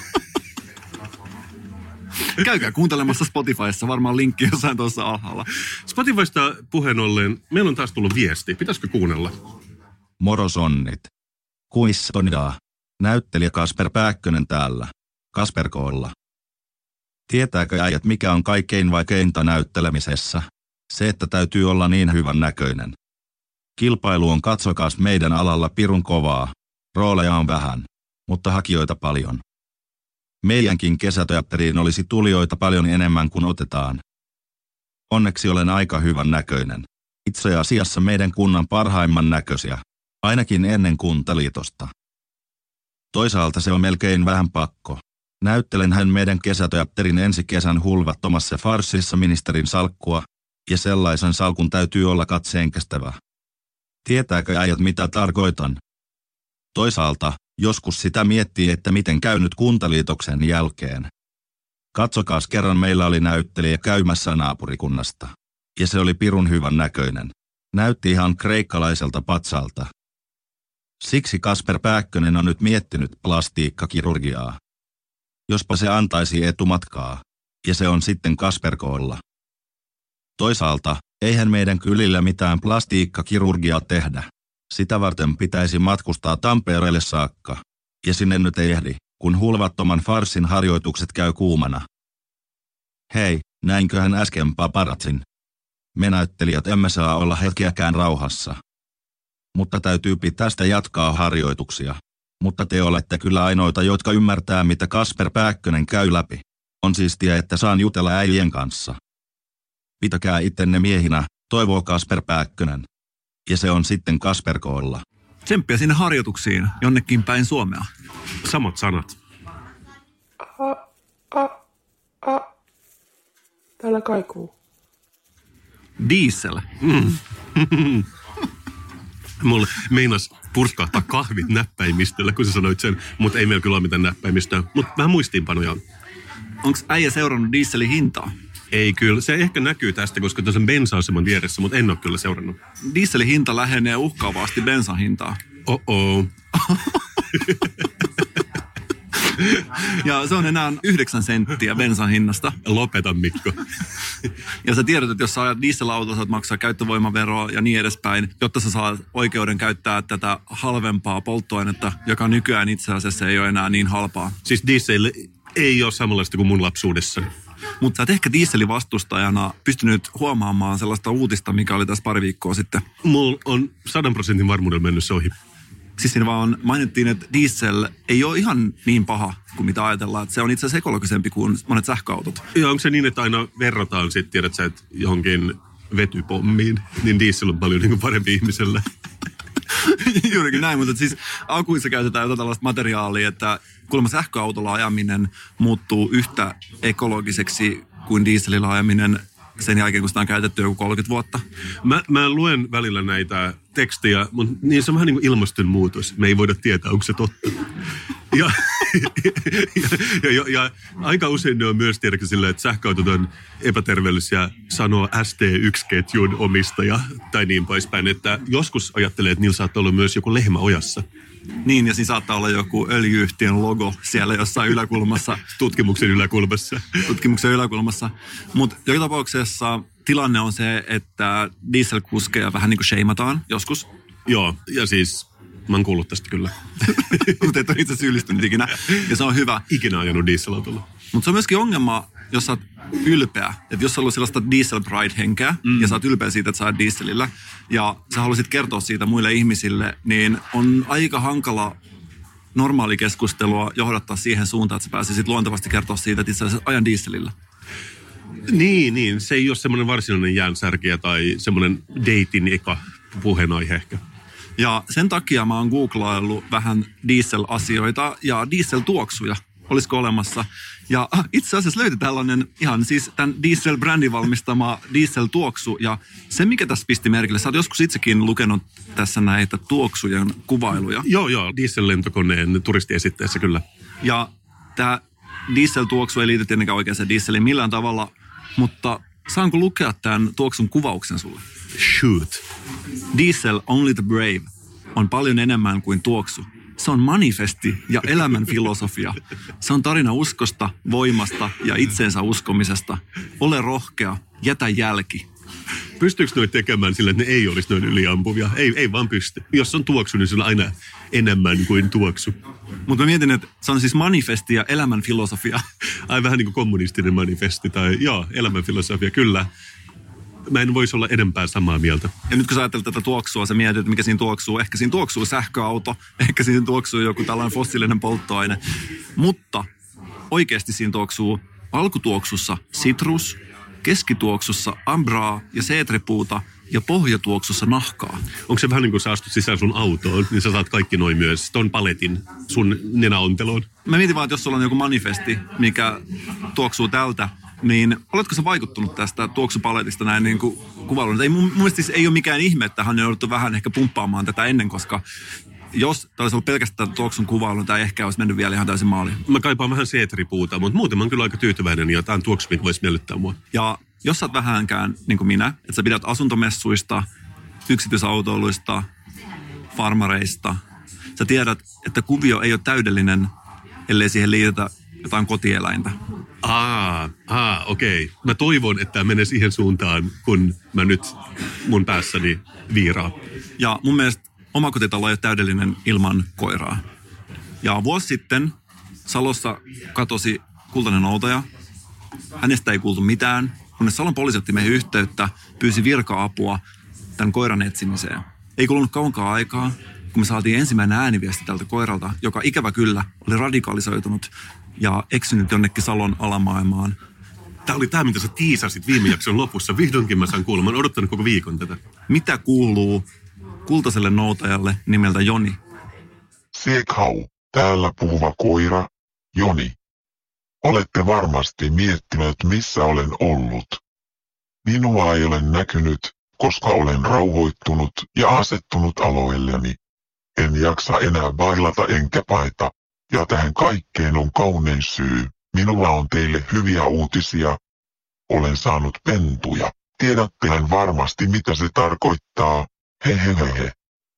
Speaker 4: Käykää kuuntelemassa Spotifyssa, varmaan linkki jossain tuossa alhaalla.
Speaker 2: Spotifysta puheen ollen, meillä on taas tullut viesti. Pitäisikö kuunnella?
Speaker 6: Morosonnit. Kuissonidaa. Näyttelijä Kasper Pääkkönen täällä. Kasperkoolla. Tietääkö äijät, mikä on kaikkein vaikeinta näyttelemisessä? Se, että täytyy olla niin hyvän näköinen. Kilpailu on katsokaas meidän alalla pirun kovaa. Rooleja on vähän, mutta hakijoita paljon. Meidänkin kesäteatteriin olisi tulijoita paljon enemmän kuin otetaan. Onneksi olen aika hyvän näköinen. Itse asiassa meidän kunnan parhaimman näköisiä. Ainakin ennen kuntaliitosta. Toisaalta se on melkein vähän pakko. Näyttelenhän meidän kesäteatterin ensi kesän hulvattomassa farssissa ministerin salkkua, ja sellaisen salkun täytyy olla katseen kestävä. Tietääkö äijät mitä tarkoitan? Toisaalta, joskus sitä miettii, että miten käy nyt kuntaliitoksen jälkeen. Katsokaas kerran meillä oli näyttelijä käymässä naapurikunnasta. Ja se oli pirun hyvän näköinen. Näytti ihan kreikkalaiselta patsalta. Siksi Kasper Pääkkönen on nyt miettinyt plastiikkakirurgiaa. Jospa se antaisi etumatkaa, ja se on sitten Kasperkoolla. Toisaalta, eihän meidän kylillä mitään plastiikkakirurgiaa tehdä. Sitä varten pitäisi matkustaa Tampereelle saakka, ja sinne nyt ei ehdi, kun hulvattoman farssin harjoitukset käy kuumana. Hei, näinköhän äsken paparatsin? Me näyttelijät emme saa olla hetkeäkään rauhassa. Mutta täytyypi tästä jatkaa harjoituksia. Mutta te olette kyllä ainoita, jotka ymmärtää, mitä Kasper Pääkkönen käy läpi. On siistiä, että saan jutella äijien kanssa. Pitäkää ittenne miehinä, toivoo Kasper Pääkkönen. Ja se on sitten Kasperkoolla.
Speaker 4: Tsemppiä sinne harjoituksiin, jonnekin päin Suomea.
Speaker 2: Samat sanat.
Speaker 7: Täällä kaikuu.
Speaker 4: Diesel.
Speaker 2: Mulle meinas purskahtaa kahvit näppäimistöllä, kun sä sanoit sen, mutta ei meillä kyllä ole mitään näppäimistöä. Mutta vähän muistiinpanoja on.
Speaker 4: Onko äijä seurannut dieselin hintaa?
Speaker 2: Ei kyllä. Se ehkä näkyy tästä, koska tässä on bensa-aseman vieressä, mutta en ole kyllä seurannut.
Speaker 4: Dieselin hinta lähenee uhkaavasti bensan hintaa. Ja se on enää 9 senttiä bensan hinnasta.
Speaker 2: Lopeta, Mikko.
Speaker 4: Ja sä tiedät, että jos sä ajat dieselautoa, saat maksaa käyttövoimaveroa ja niin edespäin, jotta sä saat oikeuden käyttää tätä halvempaa polttoainetta, joka nykyään itse asiassa ei ole enää niin halpaa.
Speaker 2: Siis diesel ei ole samanlaista kuin mun lapsuudessani.
Speaker 4: Mutta sä et ehkä dieselin vastustajana pystynyt huomaamaan sellaista uutista, mikä oli tässä pari viikkoa sitten.
Speaker 2: Mulla on 100% varmuudella mennyt se ohi.
Speaker 4: Siis siinä vaan mainittiin, että diesel ei ole ihan niin paha kuin mitä ajatellaan. Että se on itse asiassa ekologisempi kuin monet sähköautot.
Speaker 2: Ja onko se niin, että aina verrataan sitten, tiedät sä, että johonkin vetypommiin, niin diesel on paljon niin kuin parempi ihmiselle.
Speaker 4: Juurikin näin, mutta siis akuissa käytetään jotain tällaista materiaalia, että kuulemma sähköautolla ajaminen muuttuu yhtä ekologiseksi kuin dieselillä ajaminen sen jälkeen, kun sitä on käytetty joku 30 vuotta.
Speaker 2: Mä luen välillä näitä tekstejä, mutta niin se on vähän niin kuin ilmastonmuutos. Me ei voida tietää, onko se totta. Ja aika usein ne on myös tiedäkö silleen, että sähköautot on epäterveellisiä, sanoo ST1-ketjun omistaja tai niin poispäin. Että joskus ajattelee, että niillä saattaa olla myös joku lehmä ojassa.
Speaker 4: Niin, ja siinä saattaa olla joku öljy-yhtiön logo siellä jossain yläkulmassa.
Speaker 2: Tutkimuksen yläkulmassa. Mutta joka tapauksessa tilanne on se, että dieselkuskeja vähän niin kuin sheimataan joskus. Joo, ja siis mä oon kuullut tästä kyllä.
Speaker 4: Mutta et ole itse syyllistynyt ikinä, ja se on hyvä.
Speaker 2: Ikinä ajanut dieselautolla.
Speaker 4: Mutta se on myöskin ongelma, jos sä oot ylpeä. Että jos sä ollut sellaista diesel pride-henkeä, ja sä oot ylpeä siitä, että sä oot dieselillä, ja sä haluaisit kertoa siitä muille ihmisille, niin on aika hankala normaali keskustelua johdattaa siihen suuntaan, että sä pääsisit luontevasti kertoa siitä, että itse asiassa ajan dieselillä.
Speaker 2: Niin. Se ei ole semmoinen varsinainen jäänsärkiä tai semmoinen deitin eka puheenaihe ehkä.
Speaker 4: Ja sen takia mä oon googlaillut vähän diesel-asioita ja diesel-tuoksuja. Olisiko olemassa. Ja itse asiassa löytyi tällainen ihan siis tämän diesel-brändin valmistama diesel-tuoksu. Ja se, mikä tässä pisti merkille, sä oot joskus itsekin lukenut tässä näitä tuoksujen kuvailuja.
Speaker 2: Joo, diesel-lentokoneen turistiesitteessä kyllä.
Speaker 4: Ja tämä diesel-tuoksu ei liity tietenkään oikeaan dieseliin millään tavalla, mutta saanko lukea tämän tuoksun kuvauksen sulle?
Speaker 2: Shoot.
Speaker 4: Diesel Only the Brave on paljon enemmän kuin tuoksu. Se on manifesti ja elämän filosofia. Se on tarina uskosta, voimasta ja itseensä uskomisesta. Ole rohkea, jätä jälki.
Speaker 2: Pystyykö noi tekemään sillä, että ne ei olisi noin yliampuvia? Ei vaan pysty. Jos on tuoksu, niin se on aina enemmän kuin tuoksu.
Speaker 4: Mutta mä mietin, että se on siis manifesti ja elämän filosofia.
Speaker 2: Ai vähän niin kuin kommunistinen manifesti tai elämän filosofia, kyllä. Mä en voisi olla enempää samaa mieltä.
Speaker 4: Ja nyt kun sä ajattelet tätä tuoksua, sä mietit, että mikä siinä tuoksuu. Ehkä siinä tuoksuu sähköauto, ehkä siinä tuoksuu joku tällainen fossiilinen polttoaine. Mutta oikeasti siinä tuoksuu alkutuoksussa sitrus, keskituoksussa ambraa ja seetripuuta ja pohjatuoksussa nahkaa.
Speaker 2: Onko se vähän niin kuin sä astut sisään sun autoon, niin sä saat kaikki noin myös ton paletin sun nenäonteloon?
Speaker 4: Mä mietin vaan, että jos sulla on joku manifesti, mikä tuoksuu tältä, niin oletko sä vaikuttunut tästä tuoksupaletista näin niin kuin kuvailun? Mun mielestä siis ei ole mikään ihme, että hän on jouduttu vähän ehkä pumppaamaan tätä ennen, koska jos tämä olisi ollut pelkästään tuoksun kuvailu, tämä ehkä olisi mennyt vielä ihan täysin maaliin.
Speaker 2: Mä kaipaan vähän seetripuuta, mutta muuten mä oon kyllä aika tyytyväinen ja tämä on tuoksu, mikä voisi miellyttää mua.
Speaker 4: Ja jos sä oot vähänkään niin kuin minä, että sä pidät asuntomessuista, yksityisautoiluista, farmareista, sä tiedät, että kuvio ei ole täydellinen, ellei siihen liitetä jotain kotieläintä.
Speaker 2: Okei. Mä toivon, että tämä menee siihen suuntaan, kun mä nyt mun päässäni viiraa.
Speaker 4: Ja mun mielestä omakotitalo ei ole täydellinen ilman koiraa. Ja vuosi sitten Salossa katosi kultainen noutaja. Hänestä ei kuultu mitään, kunnes Salon poliisi otti meihin yhteyttä, pyysi virka-apua tämän koiran etsimiseen. Ei kulunut kauankaan aikaa, kun me saatiin ensimmäinen ääniviesti tältä koiralta, joka ikävä kyllä oli radikalisoitunut ja eksynyt jonnekin Salon alamaailmaan.
Speaker 2: Tämä oli tämä, mitä sä tiisasit viime jakson lopussa. Vihdoinkin mä saan kuulla. Mä oon odottanut koko viikon tätä.
Speaker 4: Mitä kuuluu kultaiselle noutajalle nimeltä Joni?
Speaker 1: Sekhau, täällä puhuva koira, Joni. Olette varmasti miettineet, missä olen ollut. Minua ei ole näkynyt, koska olen rauhoittunut ja asettunut aloilleni. En jaksa enää bailata enkä paeta, ja tähän kaikkeen on kaunein syy. Minulla on teille hyviä uutisia. Olen saanut pentuja. Tiedättehän varmasti, mitä se tarkoittaa. Hehehehe.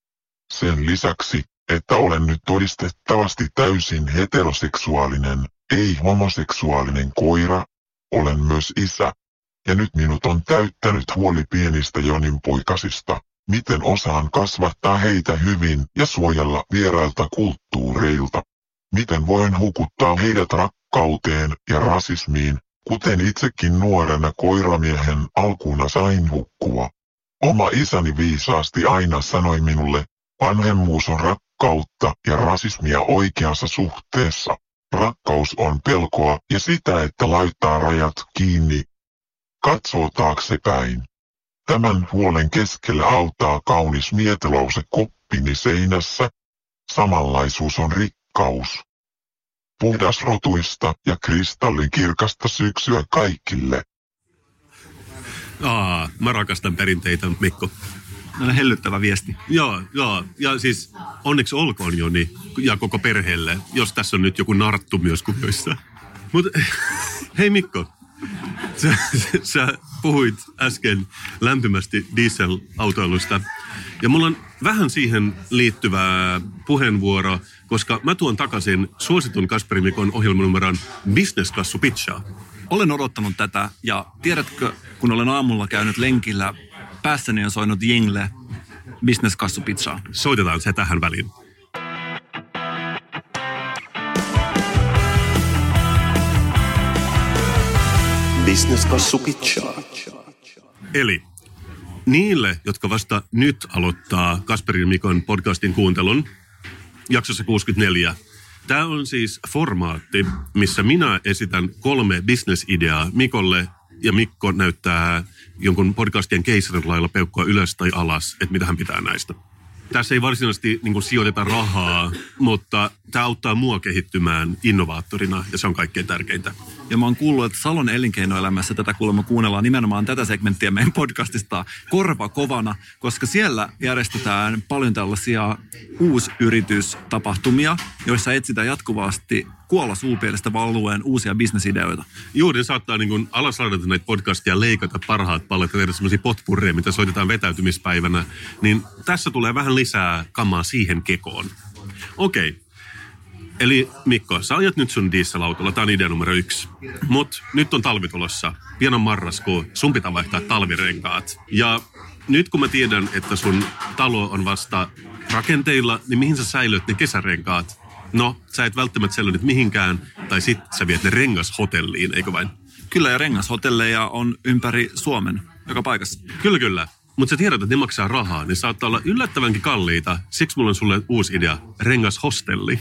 Speaker 1: Sen lisäksi, että olen nyt todistettavasti täysin heteroseksuaalinen, ei homoseksuaalinen koira, olen myös isä. Ja nyt minut on täyttänyt huoli pienistä Jonin poikasista. Miten osaan kasvattaa heitä hyvin ja suojella vierailta kulttuureilta? Miten voin hukuttaa heidät rakkauteen ja rasismiin, kuten itsekin nuorena koiramiehen alkuuna sain hukkua? Oma isäni viisaasti aina sanoi minulle, vanhemmuus on rakkautta ja rasismia oikeassa suhteessa. Rakkaus on pelkoa ja sitä, että laittaa rajat kiinni. Katsoo taaksepäin. Tämän huolen keskellä auttaa kaunis mietelause koppini seinässä. Samanlaisuus on rikkaus. Puhdasrotuista ja kristallinkirkasta syksyä kaikille.
Speaker 2: Mä rakastan perinteitä, Mikko.
Speaker 4: hellyttävä viesti.
Speaker 2: Joo. Ja siis onneksi olkoon Joni ja koko perheelle, jos tässä on nyt joku narttu myös kuvioissa. Mutta hei Mikko, sä puhuit äsken lämpimästi dieselautoilusta. Ja mulla on vähän siihen liittyvää puheenvuoro, koska mä tuon takaisin suositun Kasperi Mikon ohjelmanumeron Business Classu Pitchaa.
Speaker 4: Olen odottanut tätä ja tiedätkö, kun olen aamulla käynyt lenkillä, päässäni on soinut jingle Business Classu Pitchaa.
Speaker 2: Soitetaan se tähän väliin.
Speaker 7: Business Classu Pitchaa.
Speaker 2: Eli niille, jotka vasta nyt aloittaa Kasperin Mikon podcastin kuuntelun, jaksossa 64. Tämä on siis formaatti, missä minä esitän 3 business-ideaa Mikolle, ja Mikko näyttää jonkun podcastien keisarin lailla peukkua ylös tai alas, että mitä hän pitää näistä. Tässä ei varsinaisesti niin kuin sijoiteta rahaa, mutta tämä auttaa mua kehittymään innovaattorina, ja se on kaikkein tärkeintä.
Speaker 4: Ja mä oon kuullut, että Salon elinkeinoelämässä tätä kuulemma kuunnellaan nimenomaan tätä segmenttiä meidän podcastista korva kovana, koska siellä järjestetään paljon tällaisia uusyritystapahtumia, joissa etsitään jatkuvasti kuolla suupielestä valuen uusia bisnesideoita.
Speaker 2: Juuri saattaa niin kuin alasladata näitä podcastia, leikata parhaat pallet ja tehdä sellaisia potpurreja, mitä soitetaan vetäytymispäivänä, niin tässä tulee vähän lisää kamaa siihen kekoon. Okei. Eli Mikko, sä ajat nyt sun dieselautolla, tää on idea numero 1. Mut nyt on talvi tulossa, pian on marraskuu, sun pitää vaihtaa talvirenkaat. Ja nyt kun mä tiedän, että sun talo on vasta rakenteilla, niin mihin sä säilöt ne kesärenkaat? No, sä et välttämättä säilönyt mihinkään, tai sit sä viet ne rengashotelliin, eikö vain?
Speaker 4: Kyllä, ja rengashotelleja on ympäri Suomen, joka paikassa.
Speaker 2: Kyllä. Mutta sä tiedät, että ne maksaa rahaa, niin saattaa olla yllättävänkin kalliita. Siksi mulla on sulle uusi idea, rengashostelli.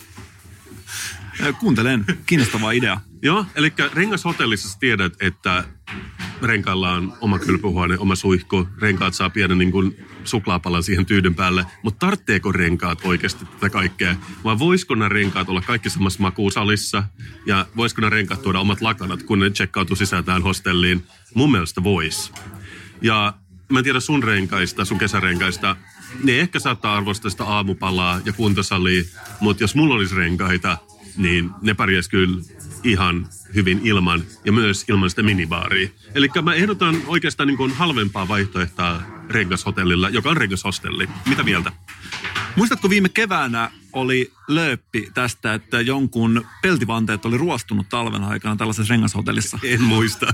Speaker 4: Kuuntelen, kiinnostava idea.
Speaker 2: Joo, eli rengashotellissa sä tiedät, että renkailla on oma kylpyhuone, oma suihku. Renkaat saa pienen niin kuin suklaapalan siihen tyydyn päälle. Mutta tarvitseeko renkaat oikeasti tätä kaikkea? Vai voisiko nämä renkaat olla kaikki samassa makuusalissa? Ja voisiko nämä renkaat tuoda omat lakanat, kun ne checkautuu sisään tähän hostelliin? Mun mielestä vois. Ja mä en tiedä sun renkaista, sun kesärenkaista. Ne ehkä saattaa arvostaa sitä aamupalaa ja kuntosalia, mutta jos mulla olisi renkaita, niin ne pärjäisi kyllä ihan hyvin ilman ja myös ilman sitä minibaaria. Eli mä ehdotan oikeastaan niin kuin halvempaa vaihtoehtoa rengashotellilla, joka on rengashostelli. Mitä mieltä?
Speaker 4: Muistatko viime keväänä oli lööppi tästä, että jonkun peltivanteet oli ruostunut talven aikana tällaisessa rengashotellissa?
Speaker 2: En muista.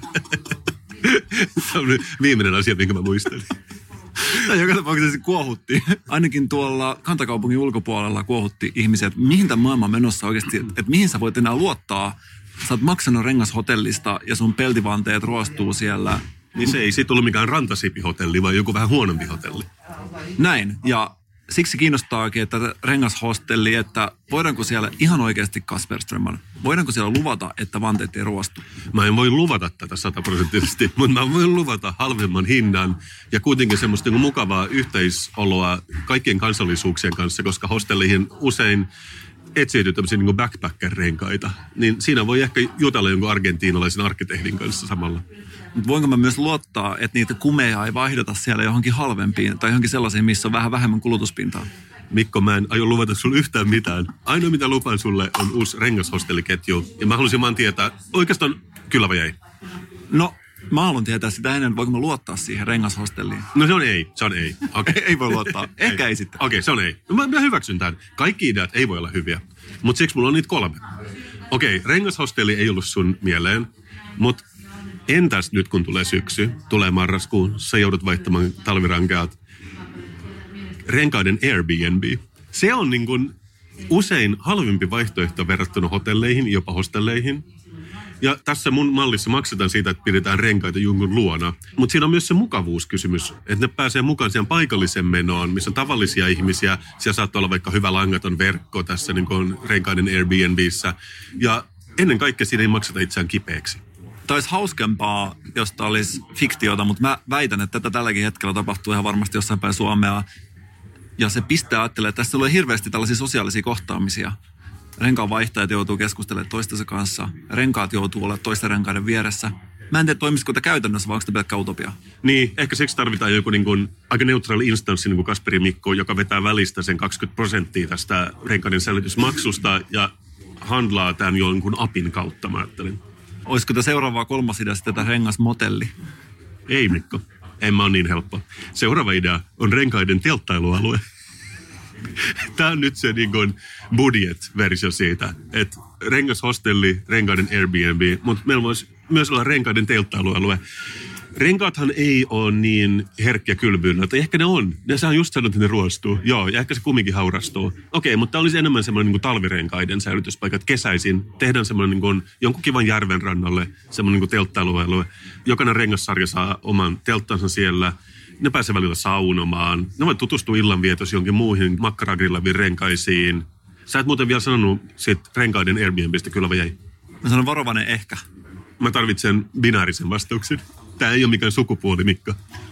Speaker 2: Se on viimeinen asia, minkä mä muistan.
Speaker 4: Tai joka tapauksessa se kuohutti. Ainakin tuolla kantakaupungin ulkopuolella kuohutti ihmisiä, että mihin tämä maailma on menossa oikeasti, että mihin sä voit enää luottaa. Sä oot maksanut rengashotellista ja sun peltivanteet ruostuu siellä.
Speaker 2: Niin se ei sit ollut mikään rantasipihotelli, vaan joku vähän huonompi hotelli.
Speaker 4: Näin, ja siksi kiinnostaakin, että rengashostelli, että voidaanko siellä ihan oikeasti Kasper Strömman, voidaanko siellä luvata, että vanteet ei ruostu?
Speaker 2: Mä en voi luvata tätä 100%, mutta mä voin luvata halvemman hinnan ja kuitenkin semmoista niin mukavaa yhteisoloa kaikkien kansallisuuksien kanssa, koska hostelliin usein etsiytyy tämmöisiä niin backpacker-renkaita. Niin siinä voi ehkä jutella jonkun argentiinalaisen arkkitehdin kanssa samalla.
Speaker 4: Mutta voinko mä myös luottaa, että niitä kumeja ei vaihdota siellä johonkin halvempiin tai johonkin sellaisiin, missä on vähän vähemmän kulutuspintaa?
Speaker 2: Mikko, mä en aio luvata sulle yhtään mitään. Ainoa mitä lupaan sulle on uusi rengashostelliketju. Ja mä haluaisin vaan tietää, oikeastaan kyllä vai ei?
Speaker 4: No, mä haluan tietää sitä ennen, voinko mä luottaa siihen rengashostelliin?
Speaker 2: No se on ei. Okay.
Speaker 4: Ei voi luottaa. Ehkä ei sitten.
Speaker 2: Okei, se on ei. No, mä hyväksyn tämän. Kaikki ideat ei voi olla hyviä. Mutta siksi mulla on niitä 3. Okei, rengashostelli ei ollut sun mieleen. Mutta entäs nyt kun tulee syksy, tulee marraskuun, sä joudut vaihtamaan talvirankaat. Renkaiden Airbnb. Se on niin kuin usein halvempi vaihtoehto verrattuna hotelleihin, jopa hostelleihin. Ja tässä mun mallissa maksetaan siitä, että pidetään renkaita jonkun luona. Mutta siinä on myös se mukavuuskysymys, että ne pääsee mukaan siihen paikallisen menoon, missä on tavallisia ihmisiä. Siellä saattaa olla vaikka hyvä langaton verkko tässä niin kuin renkaiden Airbnbissä. Ja ennen kaikkea siinä ei makseta itseään kipeäksi.
Speaker 4: Tämä olisi hauskempaa, jos tämä olisi fiktiota, mutta mä väitän, että tätä tälläkin hetkellä tapahtuu ihan varmasti jossain päin Suomea. Ja se pistää ajattelemaan, että tässä tulee hirveästi tällaisia sosiaalisia kohtaamisia. Renkaan vaihtajat joutuu keskustelemaan toistensa kanssa. Renkaat joutuu olemaan toisten renkaiden vieressä. Mä en tiedä, toimisiko tämä käytännössä, vai onko tämä pelkkä utopia?
Speaker 2: Niin, ehkä siksi tarvitaan joku niin kuin, aika neutraali instanssi, niin kuin Kasperi Mikko, joka vetää välistä sen 20% tästä renkaiden säilytysmaksusta ja handlaa tämän jonkun apin kautta, mä ajattelin.
Speaker 4: Olisiko tämä seuraavaa kolmas idea sitten tämä rengasmotelli?
Speaker 2: Ei, Mikko. En mä ole niin helppo. Seuraava idea on renkaiden telttailualue. Tämä on nyt se niin kuin budget-versio siitä, että rengashostelli, renkaiden Airbnb, mutta meillä voisi myös olla renkaiden telttailualue. Renkaathan ei ole niin herkkiä kylpyillä, tai ehkä ne on. Sä on just sanonut, että ne ruostuu. Joo, ja ehkä se kumminkin haurastuu. Okei, mutta tämä olisi enemmän semmoinen niin kuin talvirenkaiden säilytyspaikka, että kesäisin tehdään semmoinen niin kuin jonkun kivan järven rannalle, semmoinen niin kuin telttailualue. Jokainen rengassarja saa oman telttansa siellä. Ne pääsee välillä saunomaan. Ne voi tutustua illanvietossa jonkin muihin makkaragrillaviin renkaisiin. Sä et muuten vielä sanonut siitä renkaiden Airbnbistä, kyllä vai ei?
Speaker 4: Mä sanon varovainen ehkä.
Speaker 2: Mä tarvitsen binäärisen vastauksen. Tää ei ole mikään sukupuoli, Mikko.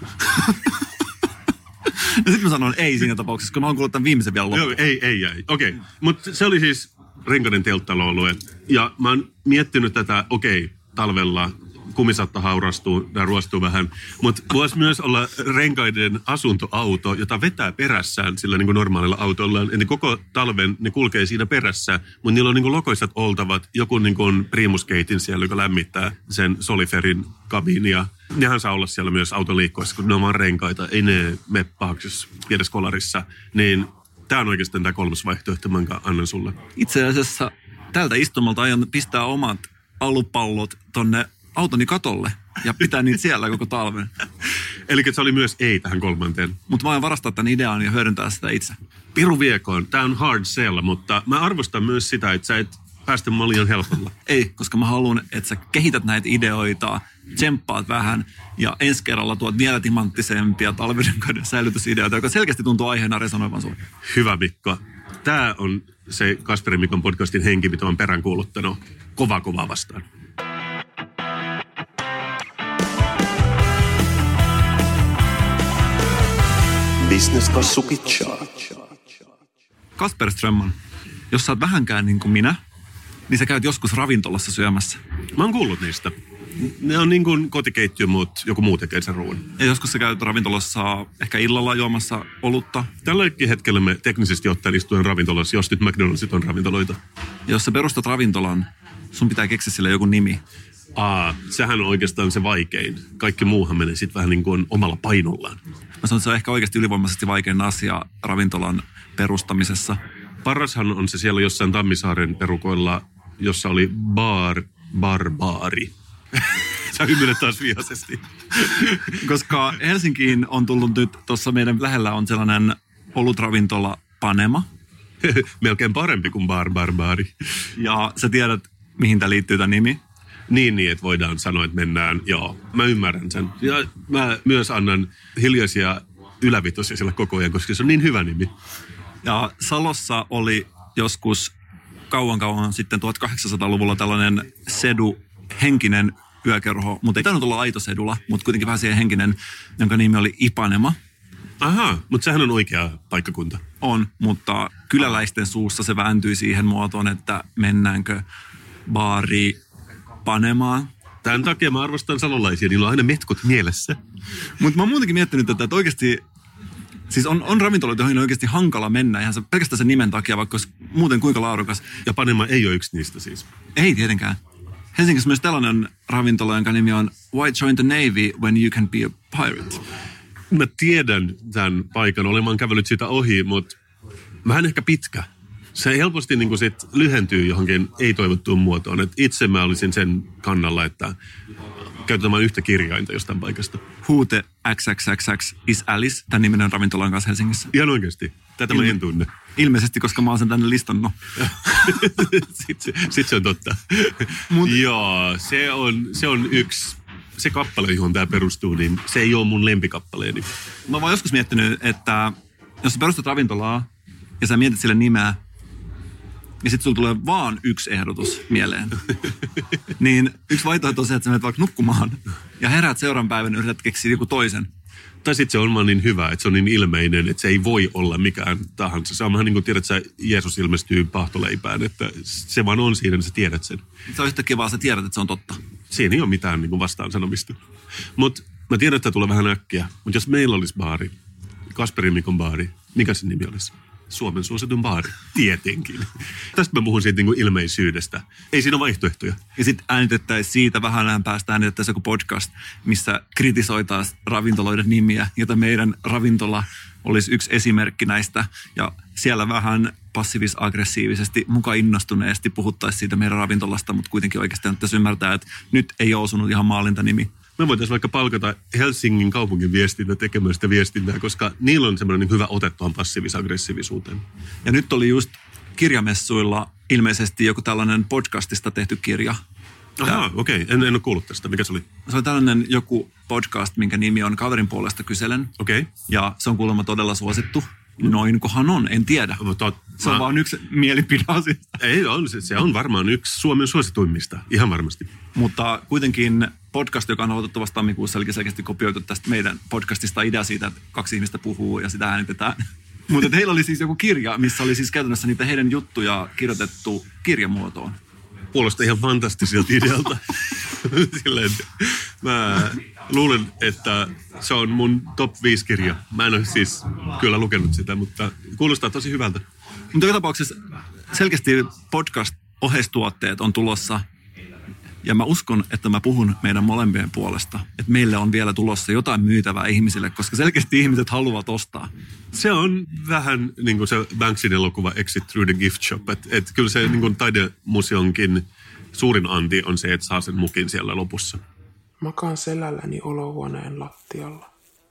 Speaker 4: No sit mä sanon ei siinä tapauksessa, kun mä oon kuullut tämän viimeisen vielä loppuun.
Speaker 2: Joo, ei. Okei. Mutta se oli siis renkaiden telttailualue. Ja mä oon miettinyt tätä, talvella kumisatta haurastuu, nämä ruostuu vähän. Mutta voisi myös olla renkaiden asuntoauto, jota vetää perässään sillä niin kuin normaalilla autolla. Eli koko talven ne kulkee siinä perässä, mutta niillä on niin kuin lokoisat oltavat, joku niin kuin primuskeitin siellä, joka lämmittää sen soliferin kabiinia. Nehän saa olla siellä myös auton liikkuessa, kun ne on vaan renkaita, ei ne mene pahaksi pienessä kolarissa. Niin tämä on oikeastaan tämä kolmas vaihtoehto, minkä annan sulle.
Speaker 4: Itse asiassa tältä istumalta aion pistää omat alupallot tonne autoni katolle ja pitää niitä siellä koko talven.
Speaker 2: Eli se oli myös ei tähän kolmanteen.
Speaker 4: Mutta mä aion varastaa tämän idean ja hyödyntää sitä itse.
Speaker 2: Piru viekoon. Tämä on hard sell, mutta mä arvostan myös sitä, että sä et päästä liian helpolla.
Speaker 4: Ei, koska mä haluan, että sä kehität näitä ideoita, tsemppaat vähän ja ensi kerralla tuot vielä timanttisempia talvirenkaiden säilytysideoita, joka selkeästi tuntuu aiheena resonoivan sulle.
Speaker 2: Hyvä, Mikko. Tämä on se Kasperi Mikon podcastin henki, mitä on peräänkuuluttanut kovaa vastaan.
Speaker 7: Business Kassukitsaa.
Speaker 4: Kasper Strömman, jos sä oot vähänkään niin kuin minä, niin sä käyt joskus ravintolassa syömässä.
Speaker 2: Mä oon kuullut niistä. Ne on niin kuin kotikeittiö, mutta joku muu tekee sen ruoan.
Speaker 4: Ja joskus sä käyt ravintolassa ehkä illalla juomassa olutta.
Speaker 2: Tälläkin hetkellä me teknisesti ottaen istuen ravintolassa, jos nyt McDonald'sit on ravintoloita.
Speaker 4: Ja jos sä perustat ravintolan, sun pitää keksiä sille joku nimi.
Speaker 2: Sehän on oikeastaan se vaikein. Kaikki muuhan menee sitten vähän niin kuin omalla painollaan.
Speaker 4: Mä sanon, että se on ehkä oikeasti ylivoimaisesti vaikein asia ravintolan perustamisessa.
Speaker 2: Parashan on se siellä jossain Tammisaaren perukoilla, jossa oli barbaari. Sä hymyilet taas vihaisesti.
Speaker 4: Koska Helsinkiin on tullut nyt, tuossa meidän lähellä on sellainen olutravintola Panema.
Speaker 2: Melkein parempi kuin barbaari.
Speaker 4: Ja sä tiedät, mihin tämä liittyy tämä nimi?
Speaker 2: Niin, että voidaan sanoa, että mennään, joo, mä ymmärrän sen. Ja mä myös annan hiljaisia ylävitosia sillä koko ajan, koska se on niin hyvä nimi.
Speaker 4: Ja Salossa oli joskus kauan sitten 1800-luvulla tällainen henkinen yökerho, mutta ei tainnut olla aito sedula, mutta kuitenkin vähän siihen henkinen, jonka nimi oli Ipanema.
Speaker 2: Aha, mutta sehän on oikea paikkakunta.
Speaker 4: On, mutta kyläläisten suussa se vääntyi siihen muotoon, että mennäänkö baari Panemaan.
Speaker 2: Tämän takia mä arvostan salolaisia, niillä on aina metkut mielessä.
Speaker 4: Mutta mä oon muutenkin miettinyt tätä, että oikeasti, siis on ravintoloita, joihin on oikeasti hankala mennä, ihan pelkästään sen nimen takia, vaikka olisi muuten kuinka laadukas.
Speaker 2: Ja Panema ei ole yksi niistä siis.
Speaker 4: Ei tietenkään. Helsingissä myös tällainen ravintola, jonka nimi on Why Join the Navy When You Can Be a Pirate?
Speaker 2: Mä tiedän tämän paikan, olen kävellyt siitä ohi, mutta vähän ehkä pitkä. Se helposti niin kuin sit lyhentyy johonkin ei-toivottuun muotoon. Et itse mä olisin sen kannalla, että käytetään yhtä kirjainta jostain paikasta.
Speaker 4: Who the XXXX is Alice, tämän niminen ravintolan kanssa Helsingissä.
Speaker 2: Ihan oikeasti. Tätä mä en tunne.
Speaker 4: Ilmeisesti, koska mä oon sen tänne listannut.
Speaker 2: Sitten se on totta. Joo, se on yksi. Se kappale, johon tämä perustuu, niin se ei ole mun lempikappaleeni.
Speaker 4: Mä oon joskus miettinyt, että jos sä perustat ravintolaa ja sä mietit sille nimeä, ja sitten sulla tulee vaan yksi ehdotus mieleen. Niin yksi vaihtoehto on se, että sä menet vaikka nukkumaan ja heräät seuraavan päivän ja yrität keksiä joku toisen.
Speaker 2: Tai sitten se on vaan niin hyvä, että se on niin ilmeinen, että se ei voi olla mikään tahansa. Se on vähän niin kuin tiedät, että Jeesus ilmestyy pahtoleipään, että se vaan on siinä, niin sä tiedät sen.
Speaker 4: Se on yhtäkkiä vaan, sä tiedät, että se on totta.
Speaker 2: siinä ei ole mitään niin kuin vastaan sanomista. Mutta mä tiedän, että tulee vähän äkkiä. Mutta jos meillä olisi baari, Kasperin Mikon baari, mikä se nimi olisi? Suomen suositun baari, tietenkin. Tästä mä puhun siitä niin kuin ilmeisyydestä. Ei siinä ole vaihtoehtoja.
Speaker 4: Ja sitten äänitettäisiin siitä vähän ajan päästä äänitettäisiin joku podcast, missä kritisoitaisiin ravintoloiden nimiä, jota meidän ravintola olisi yksi esimerkki näistä. Ja siellä vähän passiivis-aggressiivisesti, mukaan innostuneesti puhuttaisiin siitä meidän ravintolasta, mutta kuitenkin oikeasti annettaisiin ymmärtää, että nyt ei ole osunut ihan maalintanimi.
Speaker 2: Me voitaisiin vaikka palkata Helsingin kaupungin viestintä tekemään sitä viestintää, koska niillä on semmoinen hyvä ote tuohon passiivis-aggressiivisuuteen.
Speaker 4: Ja nyt oli just kirjamessuilla ilmeisesti joku tällainen podcastista tehty kirja.
Speaker 2: Aha, okei. En ole kuullut tästä. Mikä se oli?
Speaker 4: Se oli tällainen joku podcast, minkä nimi on Kaverin puolesta kyselen.
Speaker 2: Okei.
Speaker 4: Ja se on kuulemma todella suosittu. Noinkohan on, en tiedä. Se on vaan yksi mielipide asiasta.
Speaker 2: Ei, se on varmaan yksi Suomen suosituimmista, ihan varmasti.
Speaker 4: Mutta kuitenkin podcast, joka on aloitettu vasta tammikuussa, eli selkeästi kopioitu tästä meidän podcastista idea siitä, että 2 ihmistä puhuu ja sitä äänitetään. Mutta heillä oli siis joku kirja, missä oli siis käytännössä niitä heidän juttuja kirjoitettu kirjamuotoon.
Speaker 2: Kuulostaa ihan fantastiselta idealta. Silleen, mä luulen, että se on mun top 5 kirja. Mä en ole siis kyllä lukenut sitä, mutta kuulostaa tosi hyvältä.
Speaker 4: Mutta joka tapauksessa selkeästi podcast-oheistuotteet on tulossa. Ja mä uskon, että mä puhun meidän molempien puolesta, että meille on vielä tulossa jotain myytävää ihmisille, koska selkeästi ihmiset haluavat ostaa.
Speaker 2: Se on vähän niin kuin se Banksin elokuva Exit Through the Gift Shop. Että kyllä se niin kuin taidemuseonkin suurin anti on se, että saa sen mukin siellä lopussa.
Speaker 8: Makaan selälläni olohuoneen lattialla.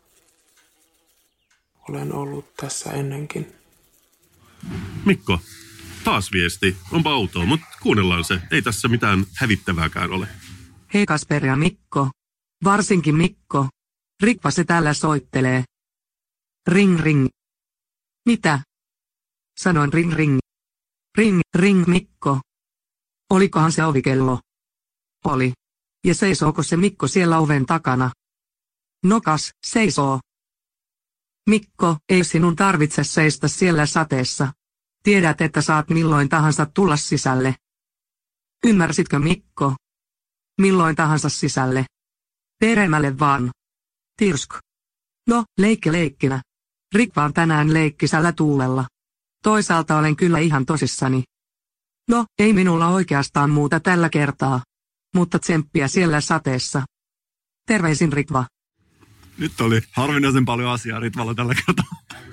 Speaker 8: Olen ollut tässä ennenkin.
Speaker 2: Mikko, taas viesti. Onpa outoa, mutta kuunnellaan se. Ei tässä mitään hävittävääkään ole.
Speaker 9: Hei Kasper ja Mikko. Varsinkin Mikko. Rikva se täällä soittelee. Ring ring. Mitä? Sanoin ring ring. Ring ring Mikko. Olikohan se ovikello? Oli. Ja seisooko se Mikko siellä oven takana? Nokas, seisoo. Mikko, ei sinun tarvitse seistä siellä sateessa. Tiedät, että saat milloin tahansa tulla sisälle. Ymmärsitkö Mikko? Milloin tahansa sisälle. Peremmälle vaan. Tirsk. No, leikkinä. Rikva on tänään leikkisällä tuulella. Toisaalta olen kyllä ihan tosissani. No, ei minulla oikeastaan muuta tällä kertaa. Mutta tsemppiä siellä sateessa. Terveisin Ritva.
Speaker 4: Nyt oli harvinaisen paljon asiaa Ritvalla tällä kertaa.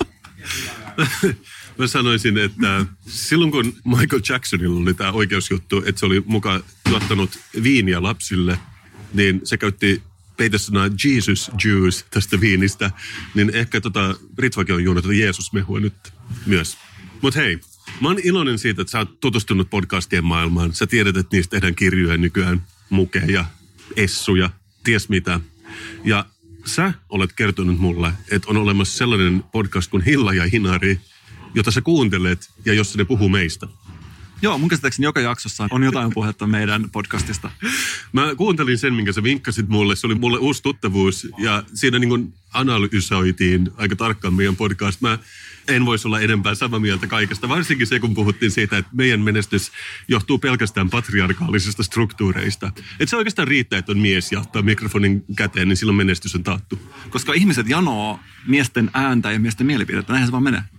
Speaker 2: Mä sanoisin, että silloin kun Michael Jacksonilla oli tämä oikeusjuttu, että se oli mukaan tuottanut viiniä lapsille, niin se käytti peitesanaa Jesus Juice tästä viinistä, niin ehkä Ritvakin on juonut Jeesus-mehua nyt myös. Mutta hei, mä oon iloinen siitä, että sä oot tutustunut podcastien maailmaan. Sä tiedät, että niistä tehdään kirjoja nykyään, mukeja, essuja, ties mitä. Ja sä olet kertonut mulle, että on olemassa sellainen podcast kuin Hilla ja Hinari, jota sä kuuntelet ja jossa ne puhuu meistä.
Speaker 4: Joo, mun käsittääkseni joka jaksossa on jotain puhetta meidän podcastista.
Speaker 2: Mä kuuntelin sen, minkä sä vinkkasit mulle. Se oli mulle uusi tuttavuus ja siinä niin kuin analysoitiin aika tarkkaan meidän podcast. Mä en voisi olla enempää samaa mieltä kaikesta. Varsinkin se, kun puhuttiin siitä, että meidän menestys johtuu pelkästään patriarkaalisista struktuureista. Että se oikeastaan riittää, että on mies ja ottaa mikrofonin käteen, niin silloin menestys on taattu.
Speaker 4: Koska ihmiset janoo miesten ääntä ja miesten mielipidettä, näinhän se vaan menee.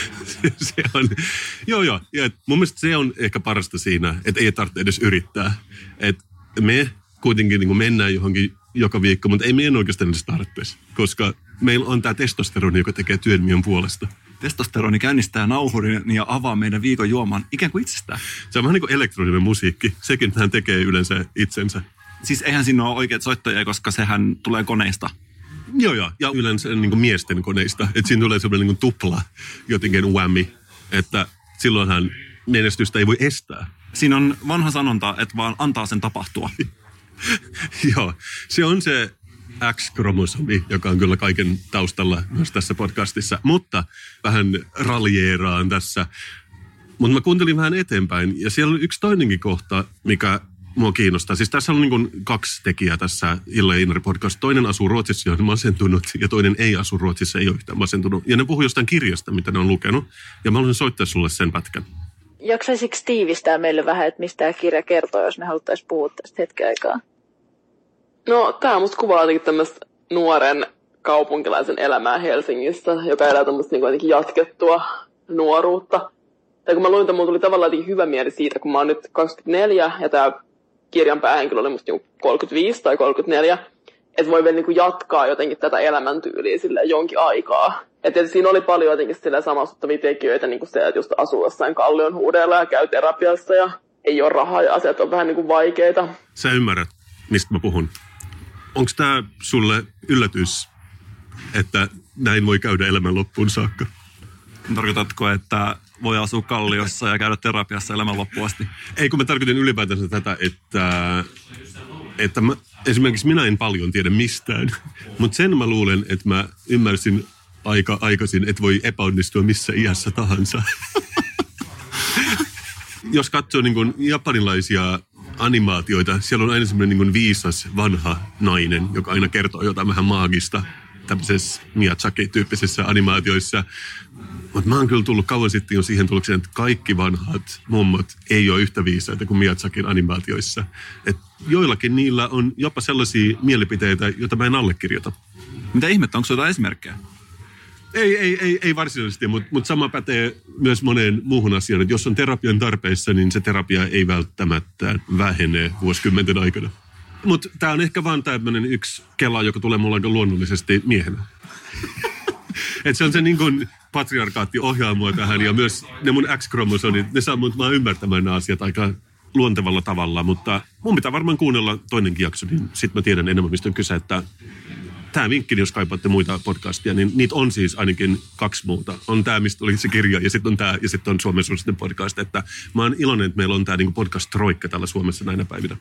Speaker 2: Se on, joo. Ja mun mielestä se on ehkä parasta siinä, että ei tarvitse edes yrittää. Että me kuitenkin niin kuin mennään johonkin joka viikko, mutta ei meidän oikeastaan edes tarvitsisi. Koska meillä on tämä testosteroni, joka tekee työn meidän puolesta.
Speaker 4: Testosteroni käynnistää nauhurin ja avaa meidän viikon juoman ikään kuin itsestään.
Speaker 2: Se on vähän niin kuin elektroninen musiikki. Sekin hän tekee yleensä itsensä.
Speaker 4: Siis eihän siinä ole oikeat soittajia, koska sehän tulee koneista.
Speaker 2: Joo. Ja yleensä niin kuin miesten koneista. Että siinä tulee semmoinen niin kuin tupla jotenkin whammy. Että silloinhan menestystä ei voi estää.
Speaker 4: Siinä on vanha sanonta, että vaan antaa sen tapahtua.
Speaker 2: Joo, se on se X-kromosomi, joka on kyllä kaiken taustalla myös tässä podcastissa. Mutta vähän raljeeraan tässä. Mutta mä kuuntelin vähän eteenpäin ja siellä oli yksi toinenkin kohta, mikä mua kiinnostaa. Siis tässä on niin kuin 2 tekijää tässä Hilla ja Hinari podcast. Toinen asuu Ruotsissa ja on masentunut ja toinen ei asu Ruotsissa, ei ole yhtään masentunut. Ja ne puhuu jostain kirjasta, mitä ne on lukenut. Ja mä haluaisin soittaa sulle sen pätkän.
Speaker 10: Jaksaisitko tiivistää meille vähän, että mistä tämä kirja kertoo, jos me haluttaisiin puhua tästä hetken aikaa? No, tää musta kuvaa jotenkin tämmöistä nuoren kaupunkilaisen elämää Helsingissä, joka elää tämmöistä niin jotenkin jatkettua nuoruutta. Tai kun mä luin, että mulla tuli tavallaan jotenkin hyvä mieli siitä, kun mä oon nyt 24 ja tää kirjan päähenkilö oli musta 35 tai 34, että voi vielä niin kuin jatkaa jotenkin tätä elämäntyyliä sille jonkin aikaa. Että siinä oli paljon jotenkin sillä samastuttavia tekijöitä, niin kuin se, että just asuu jossain kallion huudeella ja käy terapiassa ja ei ole rahaa ja asiat on vähän niin kuin vaikeita.
Speaker 2: Sä ymmärrät, mistä mä puhun. Onko tää sulle yllätys, että näin voi käydä elämän loppuun saakka?
Speaker 4: Tarkoitatko, että voi asua kalliossa ja käydä terapiassa elämän loppuun asti?
Speaker 2: Ei, kun mä tarkoitin ylipäätänsä tätä, että esimerkiksi minä en paljon tiedä mistään, mutta sen mä luulen, että mä ymmärsin aika aikaisin, että voi epäonnistua missä iässä tahansa. Jos katsoo niin kuin japanilaisia animaatioita, siellä on aina semmoinen niin kuin viisas vanha nainen, joka aina kertoo jotain vähän maagista tämmöisessä Miyazaki-tyyppisessä animaatioissa. Mutta mä oon kyllä tullut kauan sitten jo siihen tulokseen, että kaikki vanhat mummot ei ole yhtä viisaita kuin Miyazakin animaatioissa. Et joillakin niillä on jopa sellaisia mielipiteitä, joita mä en allekirjoita.
Speaker 4: Mitä ihmettä, onko se jotain esimerkkejä?
Speaker 2: Ei varsinaisesti, mutta sama pätee myös moneen muuhun asiaan. Että jos on terapian tarpeessa, niin se terapia ei välttämättä vähene vuosikymmenten aikana. Mutta tämä on ehkä vaan tämmöinen yksi kela, joka tulee mulla aika luonnollisesti miehenä. Että se on se niin kuin patriarkaatti ohjaa mua tähän ja myös ne mun X-kromosonit, ne saa mut vaan ymmärtämään nämä asiat aika luontevalla tavalla. Mutta mun pitää varmaan kuunnella toinenkin jakso, niin sit mä tiedän enemmän, mistä on kyse, että tämä vinkki, jos kaipaatte muita podcastia, niin niitä on siis ainakin 2 muuta. On tämä, mistä oli se kirja, ja sitten on tämä, ja sitten on Suomen suosisten podcast. Että mä oon iloinen, että meillä on tämä niin podcast-troikka täällä Suomessa näinä päivinä.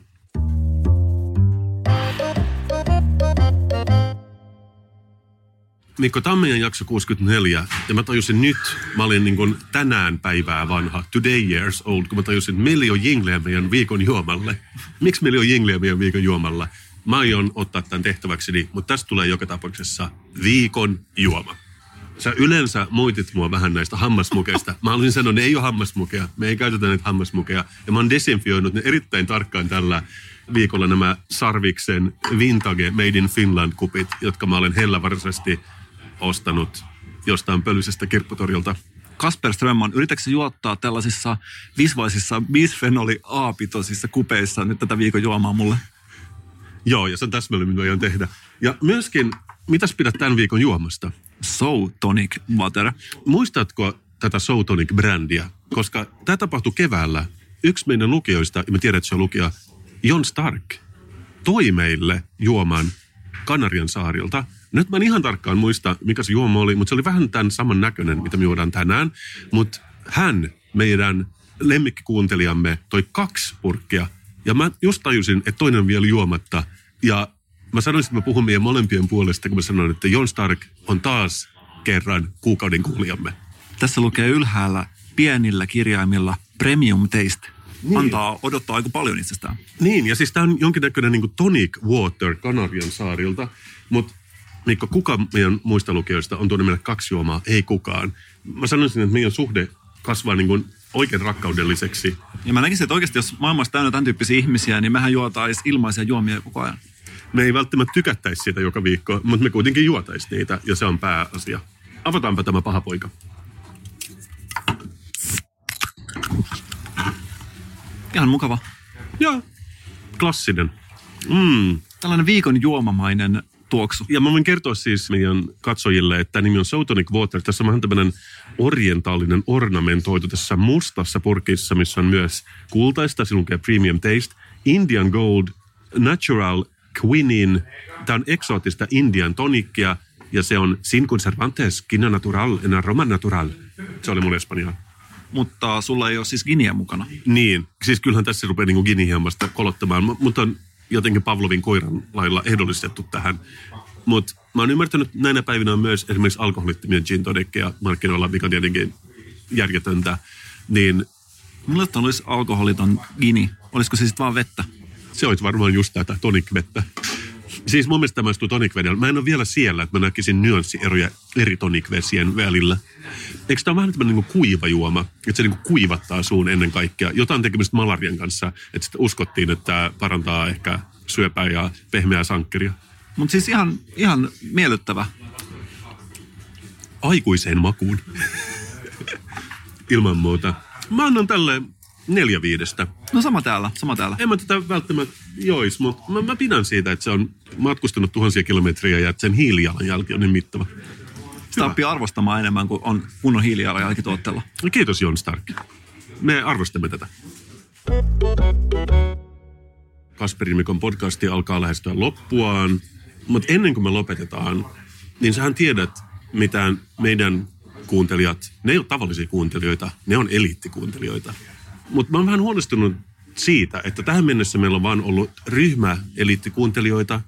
Speaker 2: Mikko, tämä on meidän jakso 64, ja mä tajusin nyt, mä olin niin kuin tänään päivää vanha, today years old, kun mä tajusin, että meillä ei ole jingleä meidän viikon juomalle. Miksi meillä ei ole jingleä meidän viikon juomalla? Mä aion ottaa tämän tehtäväkseni, mutta tästä tulee joka tapauksessa viikon juoma. Sä yleensä moitit mua vähän näistä hammasmukeista. Mä olisin sanonut, että ne ei ole hammasmukeja. Me ei käytetä näitä hammasmukeja. Ja mä oon desinfioinut ne erittäin tarkkaan tällä viikolla nämä Sarviksen Vintage Made in Finland -kupit, jotka mä olen hellävaraisesti ostanut jostain pölyisestä kirpputorilta.
Speaker 4: Kasper Strömman, yritätkö juottaa tällaisissa visvaisissa bisfenoli A-pitoisissa kupeissa nyt tätä viikon juomaa mulle?
Speaker 2: Joo, ja se on täsmälleen, mitä aion tehdä. Ja myöskin, mitäs pidät tämän viikon juomasta?
Speaker 4: So Tonic Water.
Speaker 2: Muistatko tätä So Tonic-brändiä? Koska tämä tapahtui keväällä. Yksi meidän lukijoista, ja mä tiedän, että se on lukija, Jon Stark, toi meille juoman Kanarian saarilta. Nyt mä en ihan tarkkaan muista, mikä se juoma oli, mutta se oli vähän tämän saman näköinen, mitä me juodaan tänään. Mutta hän, meidän lemmikkikuuntelijamme, toi 2 purkkia. Ja mä just tajusin, että toinen on vielä juomatta. Ja mä sanoisin, että mä puhun meidän molempien puolesta, kun mä sanoin, että Jon Stark on taas kerran kuukauden kuulijamme.
Speaker 4: Tässä lukee ylhäällä pienillä kirjaimilla Premium Taste. Niin. Antaa odottaa aika paljon itsestään.
Speaker 2: Niin, ja siis tää on jonkinnäköinen niin kuin tonic water Kanarian saarilta. Mutta Mikko, kuka meidän muista lukijoista on tuonut meille 2 juomaa? Ei kukaan. Mä sanoisin, että meidän suhde kasvaa niin kuin oikein rakkaudelliseksi.
Speaker 4: Ja mä näkisin, että oikeasti jos maailmassa täynnä tämän tyyppisiä ihmisiä, niin mehän juotais ilmaisia juomia koko ajan.
Speaker 2: Me ei välttämättä tykättäisi siitä joka viikko, mutta me kuitenkin juotais niitä, ja se on pääasia. Avataanpa tämä paha poika.
Speaker 4: Ihan mukava.
Speaker 2: Joo, klassinen.
Speaker 4: Tällainen viikon juomamainen tuoksu.
Speaker 2: Ja mä voin kertoa siis meidän katsojille, että nimi on So Tonic Water. Tässä on vähän tämmöinen orientaalinen ornamentoitu tässä mustassa purkissa, missä on myös kultaista, se lukee Premium Taste, Indian Gold, Natural Quinine. Tämä on eksoottista Indian tonikkia ja se on Sin Conservantes, Quina Natural, en Aroma Natural. Se oli mun espanjaa.
Speaker 4: Mutta sulla ei ole siis giniä mukana.
Speaker 2: Niin, siis kyllähän tässä rupeaa niin ginihiamasta kolottamaan, mutta on jotenkin Pavlovin koiran lailla ehdollistettu tähän. Mutta mä oon ymmärtänyt, että näinä päivinä on myös esimerkiksi alkoholittomia gin tonickeja markkinoilla, mikä on tietenkin järjetöntä. Niin
Speaker 4: mulle olisi alkoholiton gini. Olisiko se sitten vaan vettä?
Speaker 2: Se olisi varmaan just tätä tonic-vettä. Siis mun mielestä tämä maistuu tonic-vedellä. Mä en ole vielä siellä, että mä näkisin nyanssieroja eri tonic-vesien välillä. Eikö tämä ole vähän tämmöinen niin kuiva juoma? Että se niin kuivattaa suun ennen kaikkea. Jotain tekemistä malarian kanssa. Että sitten uskottiin, että tämä parantaa ehkä syöpää ja pehmeää sankkeria.
Speaker 4: Mutta siis ihan miellyttävä.
Speaker 2: Aikuiseen makuun. Ilman muuta. Mä annan tälle 4/5.
Speaker 4: No sama täällä.
Speaker 2: En mä tätä välttämättä jois, mutta mä pidän siitä, että se on matkustanut tuhansia kilometriä ja että sen hiilijalanjälki on niin mittava.
Speaker 4: Sitä oppii arvostamaan enemmän kuin on kunnon hiilijalanjälki tuotteella.
Speaker 2: Kiitos Jon Stark. Me arvostamme tätä. Kasperin Mikon podcasti alkaa lähestyä loppuaan, mutta ennen kuin me lopetetaan, niin sähän tiedät, mitä meidän kuuntelijat, ne ei ole tavallisia kuuntelijoita, ne on eliittikuuntelijoita. Mutta mä oon vähän huolestunut siitä, että tähän mennessä meillä on vaan ollut ryhmä eliittikuuntelijoita,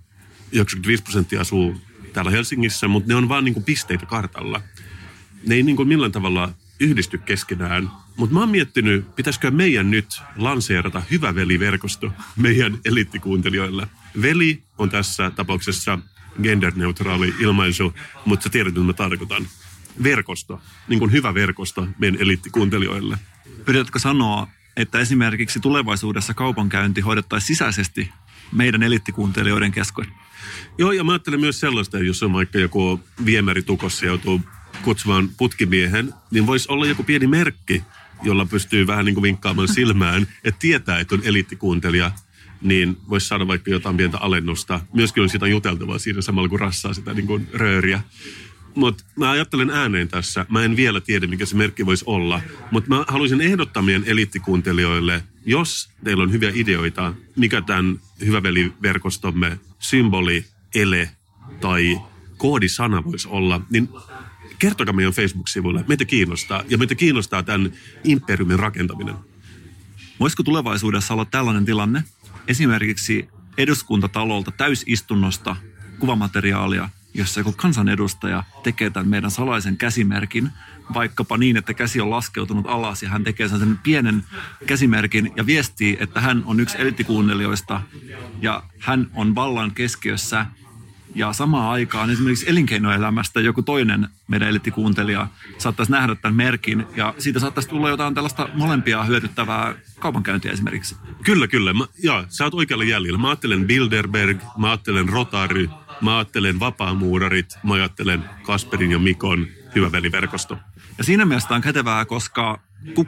Speaker 2: 95% asuu täällä Helsingissä, mutta ne on vaan niinku pisteitä kartalla. Ne ei niinku millään tavalla yhdisty keskenään. Mutta mä oon miettinyt, pitäisikö meidän nyt lanseerata Hyvä Veli-verkosto meidän eliittikuuntelijoille. Veli on tässä tapauksessa genderneutraali ilmaisu, mutta sä tiedät, mitä mä tarkoitan. Verkosto, niin kuin hyvä verkosto meidän eliittikuuntelijoille.
Speaker 4: Pyritätkö sanoa, että esimerkiksi tulevaisuudessa kaupankäynti hoidettaisiin sisäisesti meidän eliittikuuntelijoiden kesken?
Speaker 2: Joo, ja mä ajattelen myös sellaista, että jos on vaikka joku viemäri tukossa joutuu kutsumaan putkimiehen, niin voisi olla joku pieni merkki, jolla pystyy vähän niin kuin vinkkaamaan silmään, että tietää, että on eliittikuuntelija, niin voisi saada vaikka jotain pientä alennusta. Myöskin on sitä juteltavaa siinä samalla, kun rassaa sitä niin kuin rööriä. Mutta mä ajattelen ääneen tässä, mä en vielä tiedä, mikä se merkki voisi olla, mutta mä haluaisin ehdottaa meidän eliittikuuntelijoille, jos teillä on hyviä ideoita, mikä tämän Hyvä Veli-verkostomme symboli, ele tai koodisana voisi olla, niin kertokaa meidän Facebook-sivuille, meitä kiinnostaa ja meitä kiinnostaa tämän imperiumin rakentaminen.
Speaker 4: Voisiko tulevaisuudessa olla tällainen tilanne, esimerkiksi eduskuntatalolta täysistunnosta kuvamateriaalia, jossa joku kansanedustaja tekee tämän meidän salaisen käsimerkin, vaikkapa niin, että käsi on laskeutunut alas ja hän tekee sen pienen käsimerkin ja viestii, että hän on yksi eliittikuuntelijoista ja hän on vallan keskiössä. Ja samaan aikaan esimerkiksi elinkeinoelämästä joku toinen meidän eliittikuuntelija saattaisi nähdä tämän merkin ja siitä saattaisi tulla jotain tällaista molempia hyödyttävää kaupankäyntiä esimerkiksi.
Speaker 2: Kyllä. Sä oot oikealla jäljellä. Mä ajattelen Bilderberg, mä ajattelen Rotary, mä ajattelen Vapaamuurarit, mä ajattelen Kasperin ja Mikon Hyvä Veli-verkosto.
Speaker 4: Ja siinä mielessä on kätevää, koska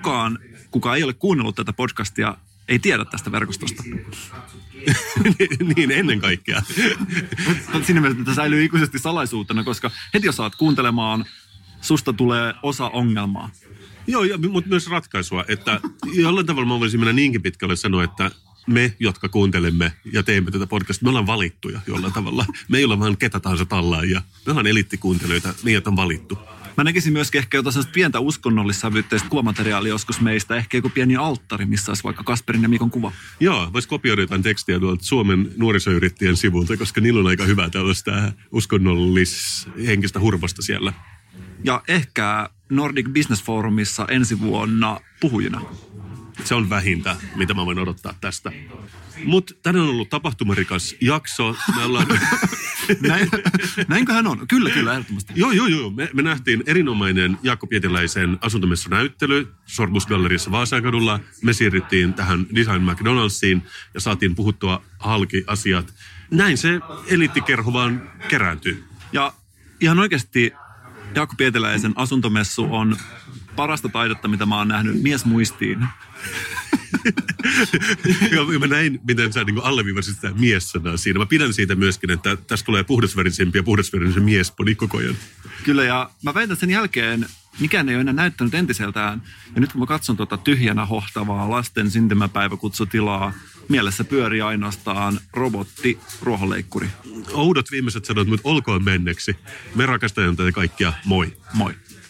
Speaker 4: kuka ei ole kuunnellut tätä podcastia, ei tiedä tästä verkostosta.
Speaker 2: Niin, ennen kaikkea.
Speaker 4: Siinä mielessä tämä säilyy ikuisesti salaisuutena, koska heti jos saat kuuntelemaan, susta tulee osa ongelmaa.
Speaker 2: Joo, mutta myös ratkaisua, että jollain tavalla mä voisin mennä niinkin pitkälle sanoa, että me, jotka kuuntelemme ja teemme tätä podcastia, me ollaan valittuja jollain tavalla. Me ei olla vaan ketä tahansa tallaajia. Me ollaan eliittikuuntelijoita, meidät on valittu.
Speaker 4: Mä näkisin myöskin ehkä jotain sellaista pientä uskonnollissävytteistä kuvamateriaalia joskus meistä. Ehkä joku pieni alttari, missä olisi vaikka Kasperin ja Mikon kuva.
Speaker 2: Joo, voisi kopioida jotain tekstiä tuolta Suomen nuorisoyrittäjien sivulta, koska niillä on aika hyvää tällaista uskonnollishenkistä hurmosta siellä.
Speaker 4: Ja ehkä Nordic Business Forumissa ensi vuonna puhujina.
Speaker 2: Se on vähintä, mitä mä voin odottaa tästä. Mutta tänään on ollut tapahtumarikas jakso. Me ollaan...
Speaker 4: Näinköhän on? Kyllä, ehdottomasti.
Speaker 2: Joo. Me nähtiin erinomainen Jaakko Pietiläisen asuntomessunäyttely Sorbus-galleriassa Vaasankadulla. Me siirryttiin tähän Design McDonald'siin ja saatiin puhuttua halki asiat. Näin se eliittikerho vaan kerääntyy.
Speaker 4: Ja ihan oikeasti Jaakko Pietiläisen asuntomessu on parasta taidetta, mitä mä oon nähnyt miesmuistiin.
Speaker 2: Joo, mä näin, miten sä niin alleviivasit sitä mies-sanaa siinä. Mä pidän siitä myöskin, että tästä tulee puhdasverisempi ja puhdasverisen miespodi koko ajan.
Speaker 4: Kyllä, ja mä väitän sen jälkeen, mikään ei ole enää näyttänyt entiseltään. Ja nyt kun mä katson tuota tyhjänä hohtavaa lasten syntymäpäiväkutsutilaa, mielessä pyörii ainoastaan robotti, ruohonleikkuri.
Speaker 2: Oudot viimeiset sanot, mutta olkoon menneksi. Me rakastamme teitä kaikkia. Moi.
Speaker 4: Moi.